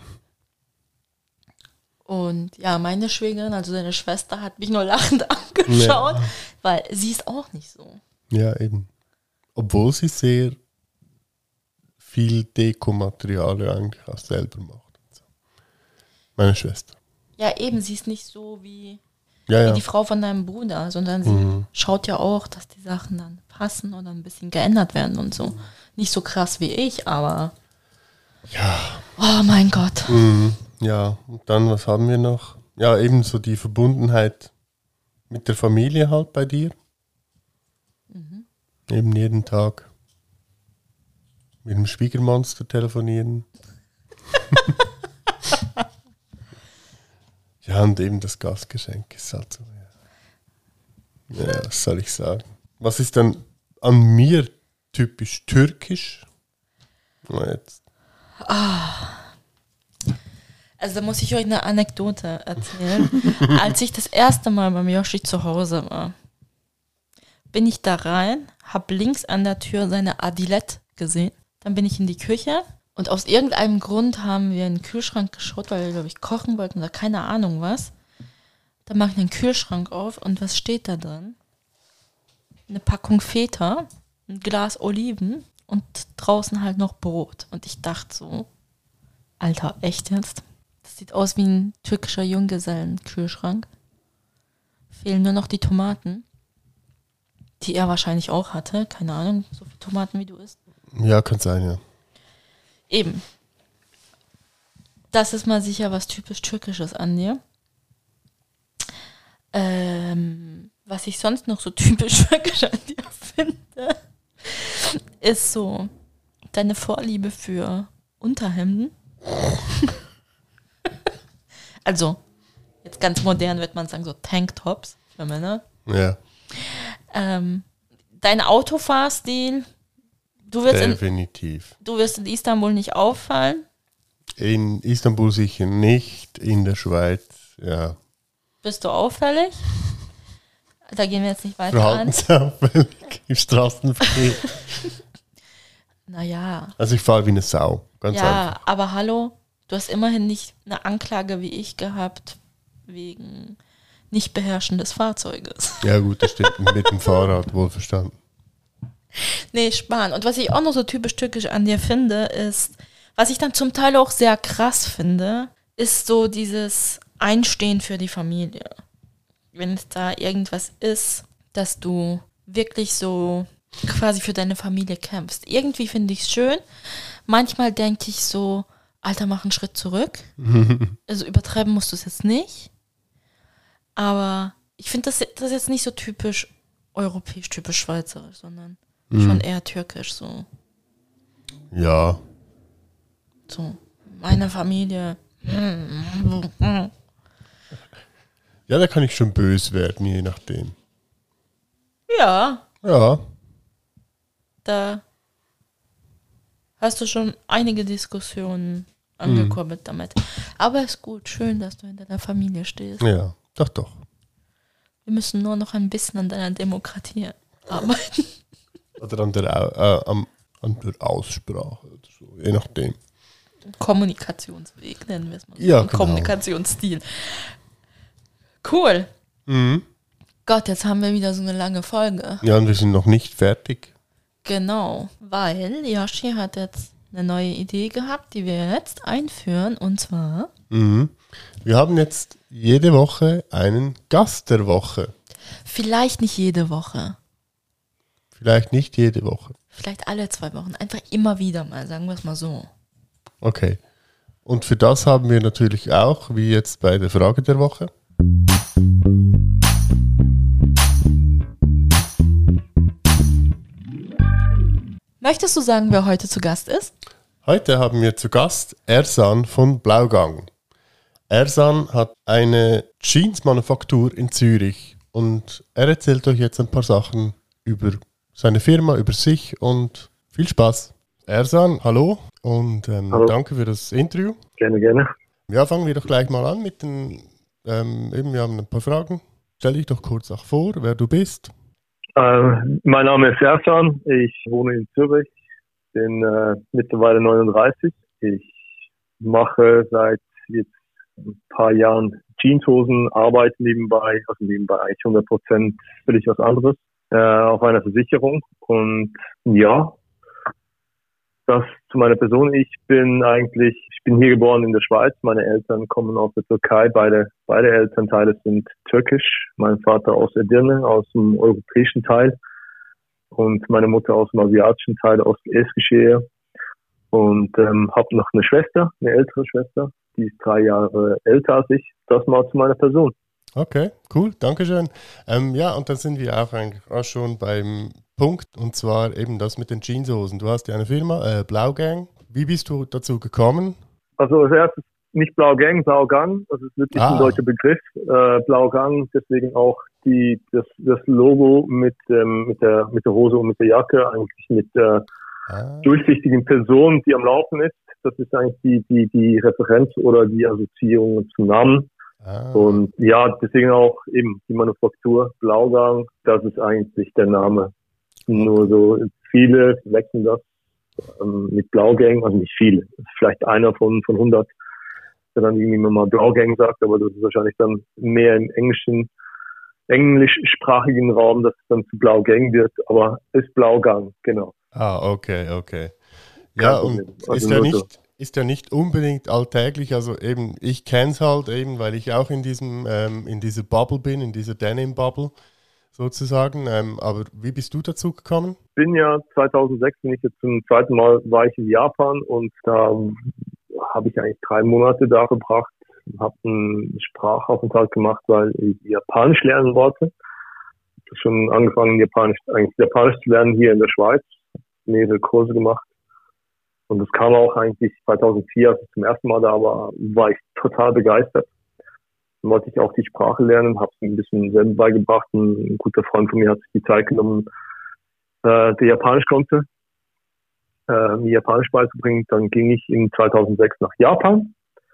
Und ja, meine Schwägerin, also deine Schwester, hat mich nur lachend angeschaut, Ja. weil sie ist auch nicht so. Ja, eben. Obwohl sie sehr viel Dekomaterialien eigentlich auch selber macht. und so. Meine Schwester. Ja, eben, sie ist nicht so wie, Ja, wie ja. die Frau von deinem Bruder, sondern sie Mhm. schaut ja auch, dass die Sachen dann passen oder ein bisschen geändert werden und so. Nicht so krass wie ich, aber Ja. oh mein Gott. Mhm. Ja, und dann, was haben wir noch? Ja, eben so die Verbundenheit mit der Familie halt bei dir. Mhm. Eben jeden Tag mit dem Schwiegermonster telefonieren. Ja, und eben das Gastgeschenk ist halt so. Ja, was soll ich sagen? Was ist denn an mir typisch türkisch? Na jetzt. Also da muss ich euch eine Anekdote erzählen. Als ich das erste Mal beim Yoshi zu Hause war, bin ich da rein, habe links an der Tür seine Adilette gesehen. Dann bin ich in die Küche und aus irgendeinem Grund haben wir einen Kühlschrank geschaut, weil wir, glaube ich, kochen wollten oder keine Ahnung was. Dann mache ich den Kühlschrank auf und was steht da drin? Eine Packung Feta, ein Glas Oliven und draußen halt noch Brot. Und ich dachte so, Alter, echt jetzt? Das sieht aus wie ein türkischer Junggesellen-Kühlschrank. Fehlen nur noch die Tomaten, die er wahrscheinlich auch hatte. Keine Ahnung, so viele Tomaten wie du isst. Ja, kann sein, ja. Eben. Das ist mal sicher was typisch Türkisches an dir. Ähm, was ich sonst noch so typisch türkisch an dir finde, ist so deine Vorliebe für Unterhemden. Also, jetzt ganz modern wird man sagen, so Tanktops für Männer. Ja. Ähm, dein Autofahrstil, du wirst, Definitiv. In, du wirst in Istanbul nicht auffallen. In Istanbul sicher nicht, in der Schweiz, ja. Bist du auffällig? Da gehen wir jetzt nicht weiter an. Verhaltensauffällig im Straßenverkehr. Naja. Also ich fahre wie eine Sau, ganz Ja, einfach. aber hallo, du hast immerhin nicht eine Anklage wie ich gehabt, wegen Nichtbeherrschen des Fahrzeuges. Ja gut, das stimmt, mit dem Fahrrad, wohl verstanden. Nee, Spahn. Und was ich auch noch so typisch türkisch an dir finde, ist, was ich dann zum Teil auch sehr krass finde, ist so dieses Einstehen für die Familie. Wenn es da irgendwas ist, dass du wirklich so quasi für deine Familie kämpfst. Irgendwie finde ich es schön. Manchmal denke ich so, Alter, mach einen Schritt zurück. Also übertreiben musst du es jetzt nicht. Aber ich finde, das, das ist jetzt nicht so typisch europäisch, typisch schweizerisch, sondern mhm. schon eher türkisch so. Ja. So, meine Familie. Ja, da kann ich schon böse werden, je nachdem. Ja. Ja. Da hast du schon einige Diskussionen angekurbelt mhm. damit. Aber ist gut, schön, dass du hinter der Familie stehst. Ja, doch, doch. Wir müssen nur noch ein bisschen an deiner Demokratie arbeiten. Oder an der, äh, an, an der Aussprache oder so, je nachdem. Kommunikationsweg nennen wir es mal. Ja, genau. Kommunikationsstil. Cool. Mhm. Gott, jetzt haben wir wieder so eine lange Folge. Ja, und wir sind noch nicht fertig. Genau, weil Yoshi hat jetzt eine neue Idee gehabt, die wir jetzt einführen, und zwar... Mhm. Wir haben jetzt jede Woche einen Gast der Woche. Vielleicht nicht jede Woche. Vielleicht nicht jede Woche. Vielleicht alle zwei Wochen. Einfach immer wieder mal, sagen wir es mal so. Okay. Und für das haben wir natürlich auch, wie jetzt bei der Frage der Woche, möchtest du sagen, wer heute zu Gast ist? Heute haben wir zu Gast Ersan von Blaugang. Ersan hat eine Jeans-Manufaktur in Zürich und er erzählt euch jetzt ein paar Sachen über seine Firma, über sich und viel Spaß. Ersan, hallo und ähm, hallo. Danke für das Interview. Gerne, gerne. Ja, fangen wir doch gleich mal an mit den, ähm, eben wir haben ein paar Fragen. Stell dich doch kurz auch vor, wer du bist. Äh, mein Name ist Ersan, ich wohne in Zürich, bin äh, mittlerweile neununddreißig. Ich mache seit jetzt ein paar Jahren Jeanshosen, arbeite nebenbei, also nebenbei eigentlich hundert Prozent völlig was anderes, äh, auf einer Versicherung. Und ja, das zu meiner Person. Ich bin eigentlich, ich bin hier geboren in der Schweiz. Meine Eltern kommen aus der Türkei. Beide, beide Elternteile sind türkisch. Mein Vater aus Edirne, aus dem europäischen Teil. Und meine Mutter aus dem asiatischen Teil, aus Eskişehir. Und ähm, habe noch eine Schwester, eine ältere Schwester. Die ist drei Jahre älter als ich. Das mal zu meiner Person. Okay, cool, dankeschön. Ähm, ja, und dann sind wir auch eigentlich auch schon beim Punkt, und zwar eben das mit den Jeanshosen. Du hast ja eine Firma, äh, Blaugang. Wie bist du dazu gekommen? Also als erstes nicht Blaugang, Blaugang. Das ist wirklich ah. ein deutscher Begriff. Äh, Blaugang, deswegen auch die, das, das Logo mit, ähm, mit, der, mit der Hose und mit der Jacke, eigentlich mit der ah. durchsichtigen Person, die am Laufen ist. Das ist eigentlich die, die, die Referenz oder die Assoziierung zum Namen. Ah. Und ja, deswegen auch eben die Manufaktur Blaugang, das ist eigentlich der Name. Okay. Nur so viele wechseln das ähm, mit Blaugang, also nicht viele. Vielleicht einer von, von hundert, der dann irgendwie mal Blaugang sagt, aber das ist wahrscheinlich dann mehr im englischen, englischsprachigen Raum, dass es dann zu Blaugang wird, aber ist Blaugang, genau. Ah, okay, okay. Ja, und also ist ja nicht, so. ist ja nicht unbedingt alltäglich, also eben, ich kenne es halt eben, weil ich auch in diesem, ähm, in dieser Bubble bin, in dieser Denim-Bubble sozusagen, ähm, aber wie bist du dazu gekommen? Ich bin ja zweitausendsechs, bin ich jetzt zum zweiten Mal, war ich in Japan und da habe ich eigentlich drei Monate da verbracht, habe einen Sprachaufenthalt gemacht, weil ich Japanisch lernen wollte. Ich habe schon angefangen, Japanisch, eigentlich Japanisch zu lernen hier in der Schweiz, mehrere Kurse gemacht. Und das kam auch eigentlich zweitausendvier, als ich zum ersten Mal da war, war ich total begeistert. Dann wollte ich auch die Sprache lernen, habe es ein bisschen selber beigebracht. Ein guter Freund von mir hat sich die Zeit genommen, äh, der Japanisch konnte, äh, mir Japanisch beizubringen. Dann ging ich in zweitausendsechs nach Japan.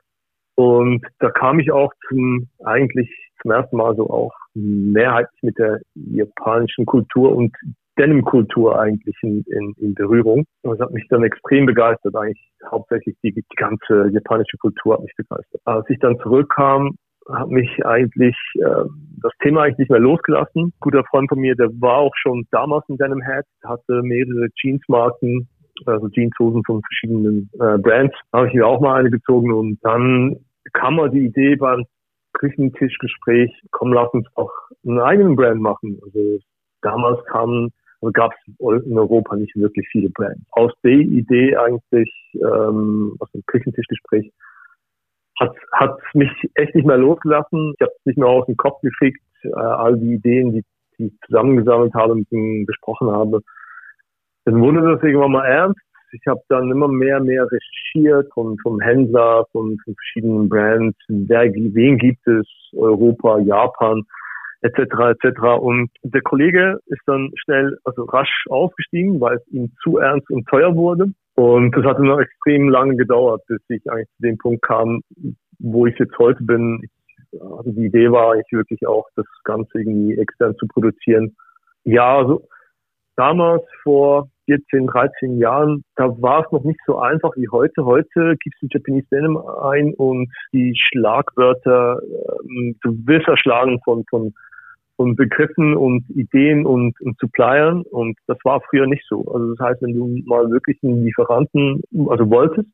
Und da kam ich auch zum, eigentlich zum ersten Mal so auch mehrheitlich mit der japanischen Kultur und Denim-Kultur eigentlich in, in, in Berührung. Und das hat mich dann extrem begeistert. Eigentlich hauptsächlich die, die ganze japanische Kultur hat mich begeistert. Als ich dann zurückkam, hat mich eigentlich äh, das Thema eigentlich nicht mehr losgelassen. Ein guter Freund von mir, der war auch schon damals in Denim Head, hatte mehrere Jeansmarken, also Jeanshosen von verschiedenen äh, Brands. Da habe ich mir auch mal eine gezogen und dann kam mal die Idee beim Küchentischgespräch, komm, lass uns doch einen eigenen Brand machen. Also damals kamen Also gab es in Europa nicht wirklich viele Brands. Aus der Idee eigentlich, ähm, aus dem Küchentischgespräch, hat hat mich echt nicht mehr losgelassen. Ich habe es nicht mehr aus dem Kopf gekriegt. Äh, all die Ideen, die, die ich zusammengesammelt habe, mit denen gesprochen habe. Dann wurde das irgendwann mal ernst. Ich habe dann immer mehr, mehr recherchiert von, vom Händler, von, von verschiedenen Brands. Wer, wen gibt es? Europa, Japan, et cetera et cetera. Und der Kollege ist dann schnell, also rasch ausgestiegen, weil es ihm zu ernst und teuer wurde. Und das hat noch extrem lange gedauert, bis ich eigentlich zu dem Punkt kam, wo ich jetzt heute bin. Ich, also die Idee war eigentlich wirklich auch, das Ganze irgendwie extern zu produzieren. Ja, also damals vor vierzehn, dreizehn Jahren, da war es noch nicht so einfach wie heute. Heute gibst du Japanese Denim ein und die Schlagwörter, ähm, du wirst erschlagen von, von von Begriffen und Ideen und, und Suppliern, und das war früher nicht so. Also das heißt, wenn du mal wirklich einen Lieferanten, also wolltest,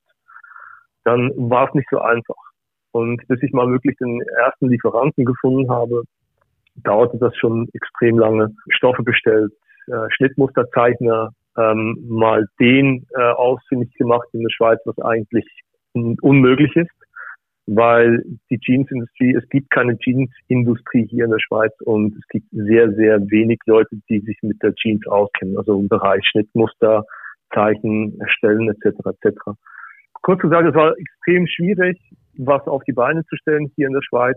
dann war es nicht so einfach. Und bis ich mal wirklich den ersten Lieferanten gefunden habe, dauerte das schon extrem lange. Stoffe bestellt, äh, Schnittmusterzeichner, ähm, mal den äh, ausfindig gemacht in der Schweiz, was eigentlich un- unmöglich ist. Weil die Jeansindustrie, es gibt keine Jeansindustrie hier in der Schweiz und es gibt sehr, sehr wenig Leute, die sich mit der Jeans auskennen, also im Bereich Schnittmuster, Zeichen, Erstellen et cetera et cetera. Kurz gesagt, es war extrem schwierig, was auf die Beine zu stellen hier in der Schweiz,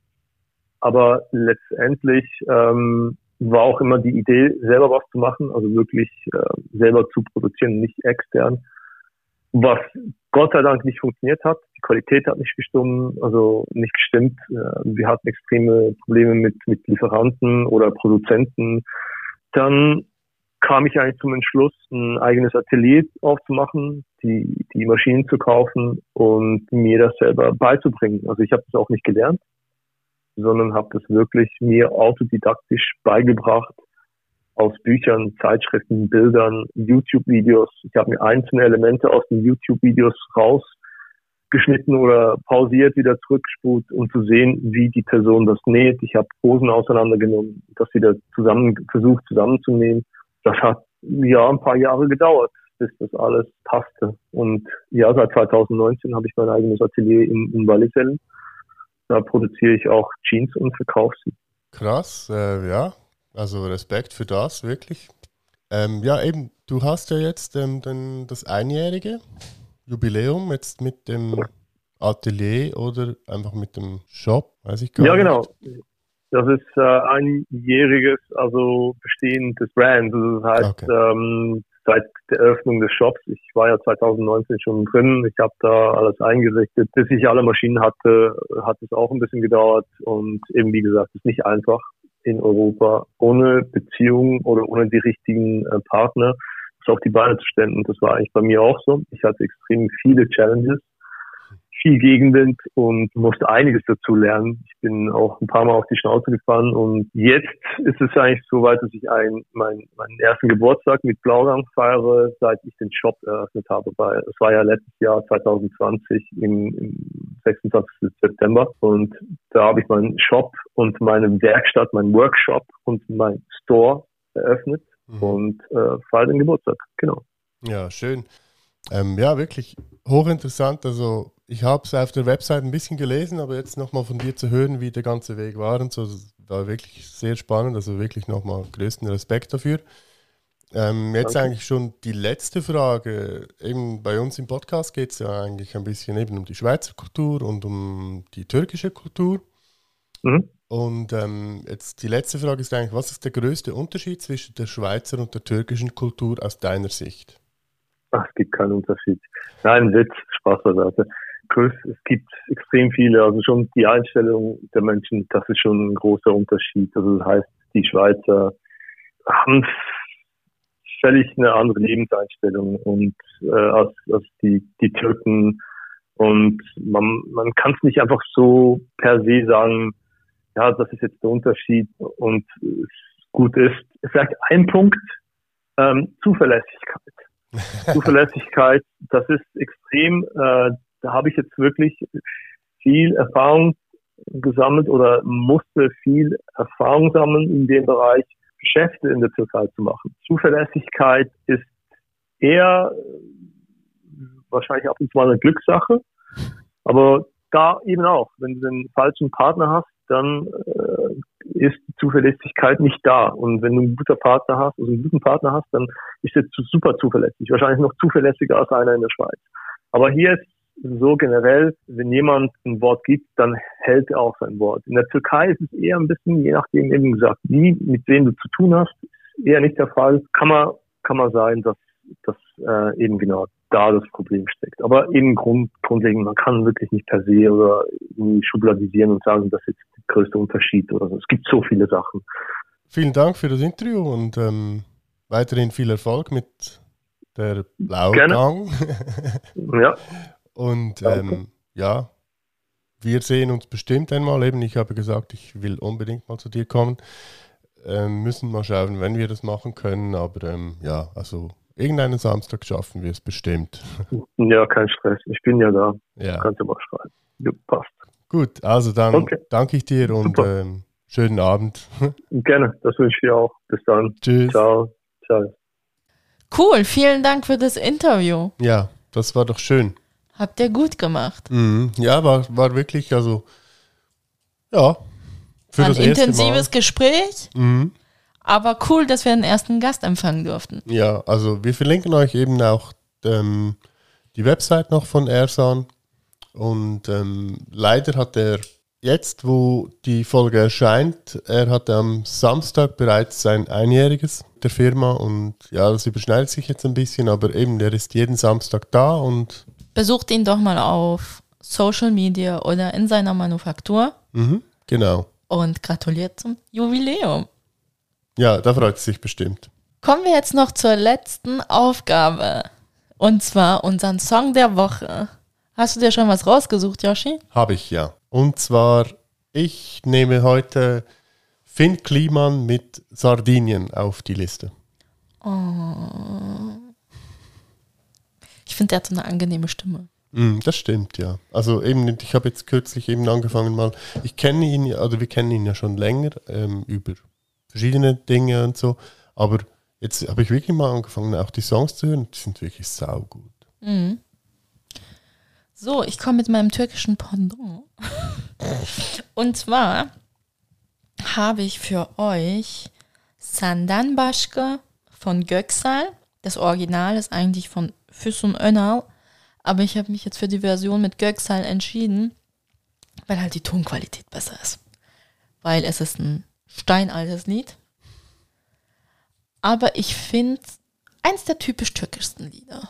aber letztendlich ähm, war auch immer die Idee, selber was zu machen, also wirklich äh, selber zu produzieren, nicht extern. Was Gott sei Dank nicht funktioniert hat. Die Qualität hat nicht gestimmt, also nicht gestimmt. Wir hatten extreme Probleme mit, mit Lieferanten oder Produzenten. Dann kam ich eigentlich zum Entschluss, ein eigenes Atelier aufzumachen, die, die Maschinen zu kaufen und mir das selber beizubringen. Also ich habe das auch nicht gelernt, sondern habe das wirklich mir autodidaktisch beigebracht, aus Büchern, Zeitschriften, Bildern, YouTube-Videos. Ich habe mir einzelne Elemente aus den YouTube-Videos rausgeschnitten oder pausiert, wieder zurückgespult, um zu sehen, wie die Person das näht. Ich habe Hosen auseinandergenommen, das wieder zusammen versucht zusammenzunehmen. Das hat ja ein paar Jahre gedauert, bis das alles passte. Und ja, seit zweitausendneunzehn habe ich mein eigenes Atelier in, in Wallisellen. Da produziere ich auch Jeans und verkaufe sie. Krass, äh, ja. Also Respekt für das, wirklich. Ähm, ja, eben, du hast ja jetzt ähm, den, das einjährige Jubiläum jetzt mit dem Atelier oder einfach mit dem Shop, weiß ich gar ja, nicht. Ja, genau. Das ist äh, einjähriges, also bestehendes Brand. Also das heißt, okay. ähm, seit der Eröffnung des Shops, ich war ja zwanzig neunzehn schon drin, ich habe da alles eingerichtet. Bis ich alle Maschinen hatte, hat es auch ein bisschen gedauert und eben wie gesagt, es ist nicht einfach in Europa ohne Beziehungen oder ohne die richtigen äh, Partner es auf die Beine zu stellen. Und das war eigentlich bei mir auch so. Ich hatte extrem viele Challenges, viel Gegenwind und musste einiges dazu lernen. Ich bin auch ein paar Mal auf die Schnauze gefallen und jetzt ist es eigentlich so weit, dass ich ein, mein, meinen ersten Geburtstag mit Blaugang feiere, seit ich den Shop eröffnet habe. Weil es war ja letztes Jahr zwanzig zwanzig im, im sechsundzwanzigsten September und da habe ich meinen Shop und meine Werkstatt, meinen Workshop und mein Store eröffnet mhm. und äh, feiere den Geburtstag. Genau. Ja, schön. Ähm, ja, wirklich hochinteressant. Also ich habe es auf der Website ein bisschen gelesen, aber jetzt nochmal von dir zu hören, wie der ganze Weg war und so, das war wirklich sehr spannend. Also wirklich nochmal größten Respekt dafür. Ähm, jetzt Danke. Eigentlich schon die letzte Frage. Eben bei uns im Podcast geht es ja eigentlich ein bisschen eben um die Schweizer Kultur und um die türkische Kultur. Mhm. Und ähm, jetzt die letzte Frage ist eigentlich, was ist der größte Unterschied zwischen der Schweizer und der türkischen Kultur aus deiner Sicht? Ach, es gibt keinen Unterschied. Nein, Witz, Spaß beiseite. Es gibt extrem viele, also schon die Einstellung der Menschen, das ist schon ein großer Unterschied. Also das heißt, die Schweizer haben völlig eine andere Lebenseinstellung und äh, als, als die, die Türken. Und man, man kann es nicht einfach so per se sagen, ja, das ist jetzt der Unterschied und es gut ist. Vielleicht ein Punkt, ähm, Zuverlässigkeit. Zuverlässigkeit, das ist extrem, äh, da habe ich jetzt wirklich viel Erfahrung gesammelt oder musste viel Erfahrung sammeln in dem Bereich, Geschäfte in der Türkei zu machen. Zuverlässigkeit ist eher wahrscheinlich ab und zu mal eine Glückssache, aber da eben auch, wenn du den falschen Partner hast, dann äh, ist die Zuverlässigkeit nicht da. Und wenn du einen guten Partner hast, also einen guten Partner hast, dann ist er super zuverlässig. Wahrscheinlich noch zuverlässiger als einer in der Schweiz. Aber hier ist so generell, wenn jemand ein Wort gibt, dann hält er auch sein Wort. In der Türkei ist es eher ein bisschen, je nachdem eben gesagt, wie, mit wem du zu tun hast, ist eher nicht der Fall. Kann man, kann man sein, dass, dass äh, eben genau da das Problem steckt. Aber eben grund, grundlegend, man kann wirklich nicht per se oder irgendwie schubladisieren und sagen, das ist jetzt der größte Unterschied oder so. Es gibt so viele Sachen. Vielen Dank für das Interview und ähm, weiterhin viel Erfolg mit der Blaugang. Ja. Und ähm, ja, wir sehen uns bestimmt einmal. Eben, ich habe gesagt, ich will unbedingt mal zu dir kommen. Ähm, müssen mal schauen, wenn wir das machen können. Aber ähm, ja, also irgendeinen Samstag schaffen wir es bestimmt. Ja, kein Stress. Ich bin ja da. Ja. Kannst du mal schreiben. Ja, passt. Gut, also dann okay. danke ich dir und ähm, schönen Abend. Gerne, das wünsche ich dir auch. Bis dann. Tschüss. Ciao. Ciao. Cool, vielen Dank für das Interview. Ja, das war doch schön. Habt ihr gut gemacht. Mhm. Ja, war, war wirklich, also, ja. Für Ein das erste intensives Mal. Gespräch, mhm. aber cool, dass wir den ersten Gast empfangen durften. Ja, also wir verlinken euch eben auch ähm, die Website noch von Ersan und ähm, leider hat er jetzt, wo die Folge erscheint, er hatte am Samstag bereits sein Einjähriges der Firma und ja, das überschneidet sich jetzt ein bisschen, aber eben, der ist jeden Samstag da und besucht ihn doch mal auf Social Media oder in seiner Manufaktur. Mhm, genau. Und gratuliert zum Jubiläum. Ja, da freut es sich bestimmt. Kommen wir jetzt noch zur letzten Aufgabe. Und zwar unseren Song der Woche. Hast du dir schon was rausgesucht, Yoshi? Habe ich, ja. Und zwar, ich nehme heute Finn Kliman mit Sardinien auf die Liste. Oh. Ich finde, der hat so eine angenehme Stimme. Mm, das stimmt, ja. Also eben, ich habe jetzt kürzlich eben angefangen mal, ich kenne ihn, also wir kennen ihn ja schon länger ähm, über verschiedene Dinge und so, aber jetzt habe ich wirklich mal angefangen, auch die Songs zu hören, die sind wirklich saugut. Mhm. So, ich komme mit meinem türkischen Pendant. Und zwar habe ich für euch Senden Başka von Göksel. Das Original ist eigentlich von Füsun Önal, aber ich habe mich jetzt für die Version mit Göksel entschieden, weil halt die Tonqualität besser ist. weil es ist ein steinaltes Lied. Aber ich finde eins der typisch türkischsten Lieder.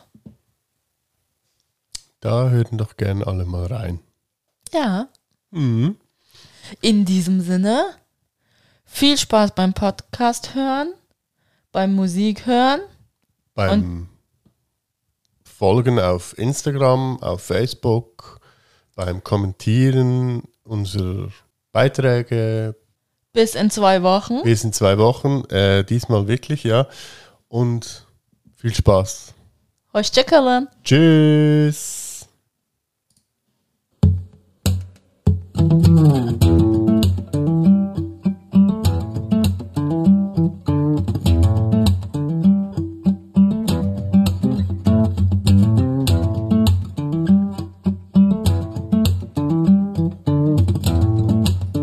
Da hören doch gerne alle mal rein. Ja. Mhm. In diesem Sinne, viel Spaß beim Podcast hören, beim Musik hören. Beim Und Folgen auf Instagram, auf Facebook, beim Kommentieren unserer Beiträge. Bis in zwei Wochen. Bis in zwei Wochen. Äh, diesmal wirklich, ja. Und viel Spaß. Hoşça kalın. Tschüss.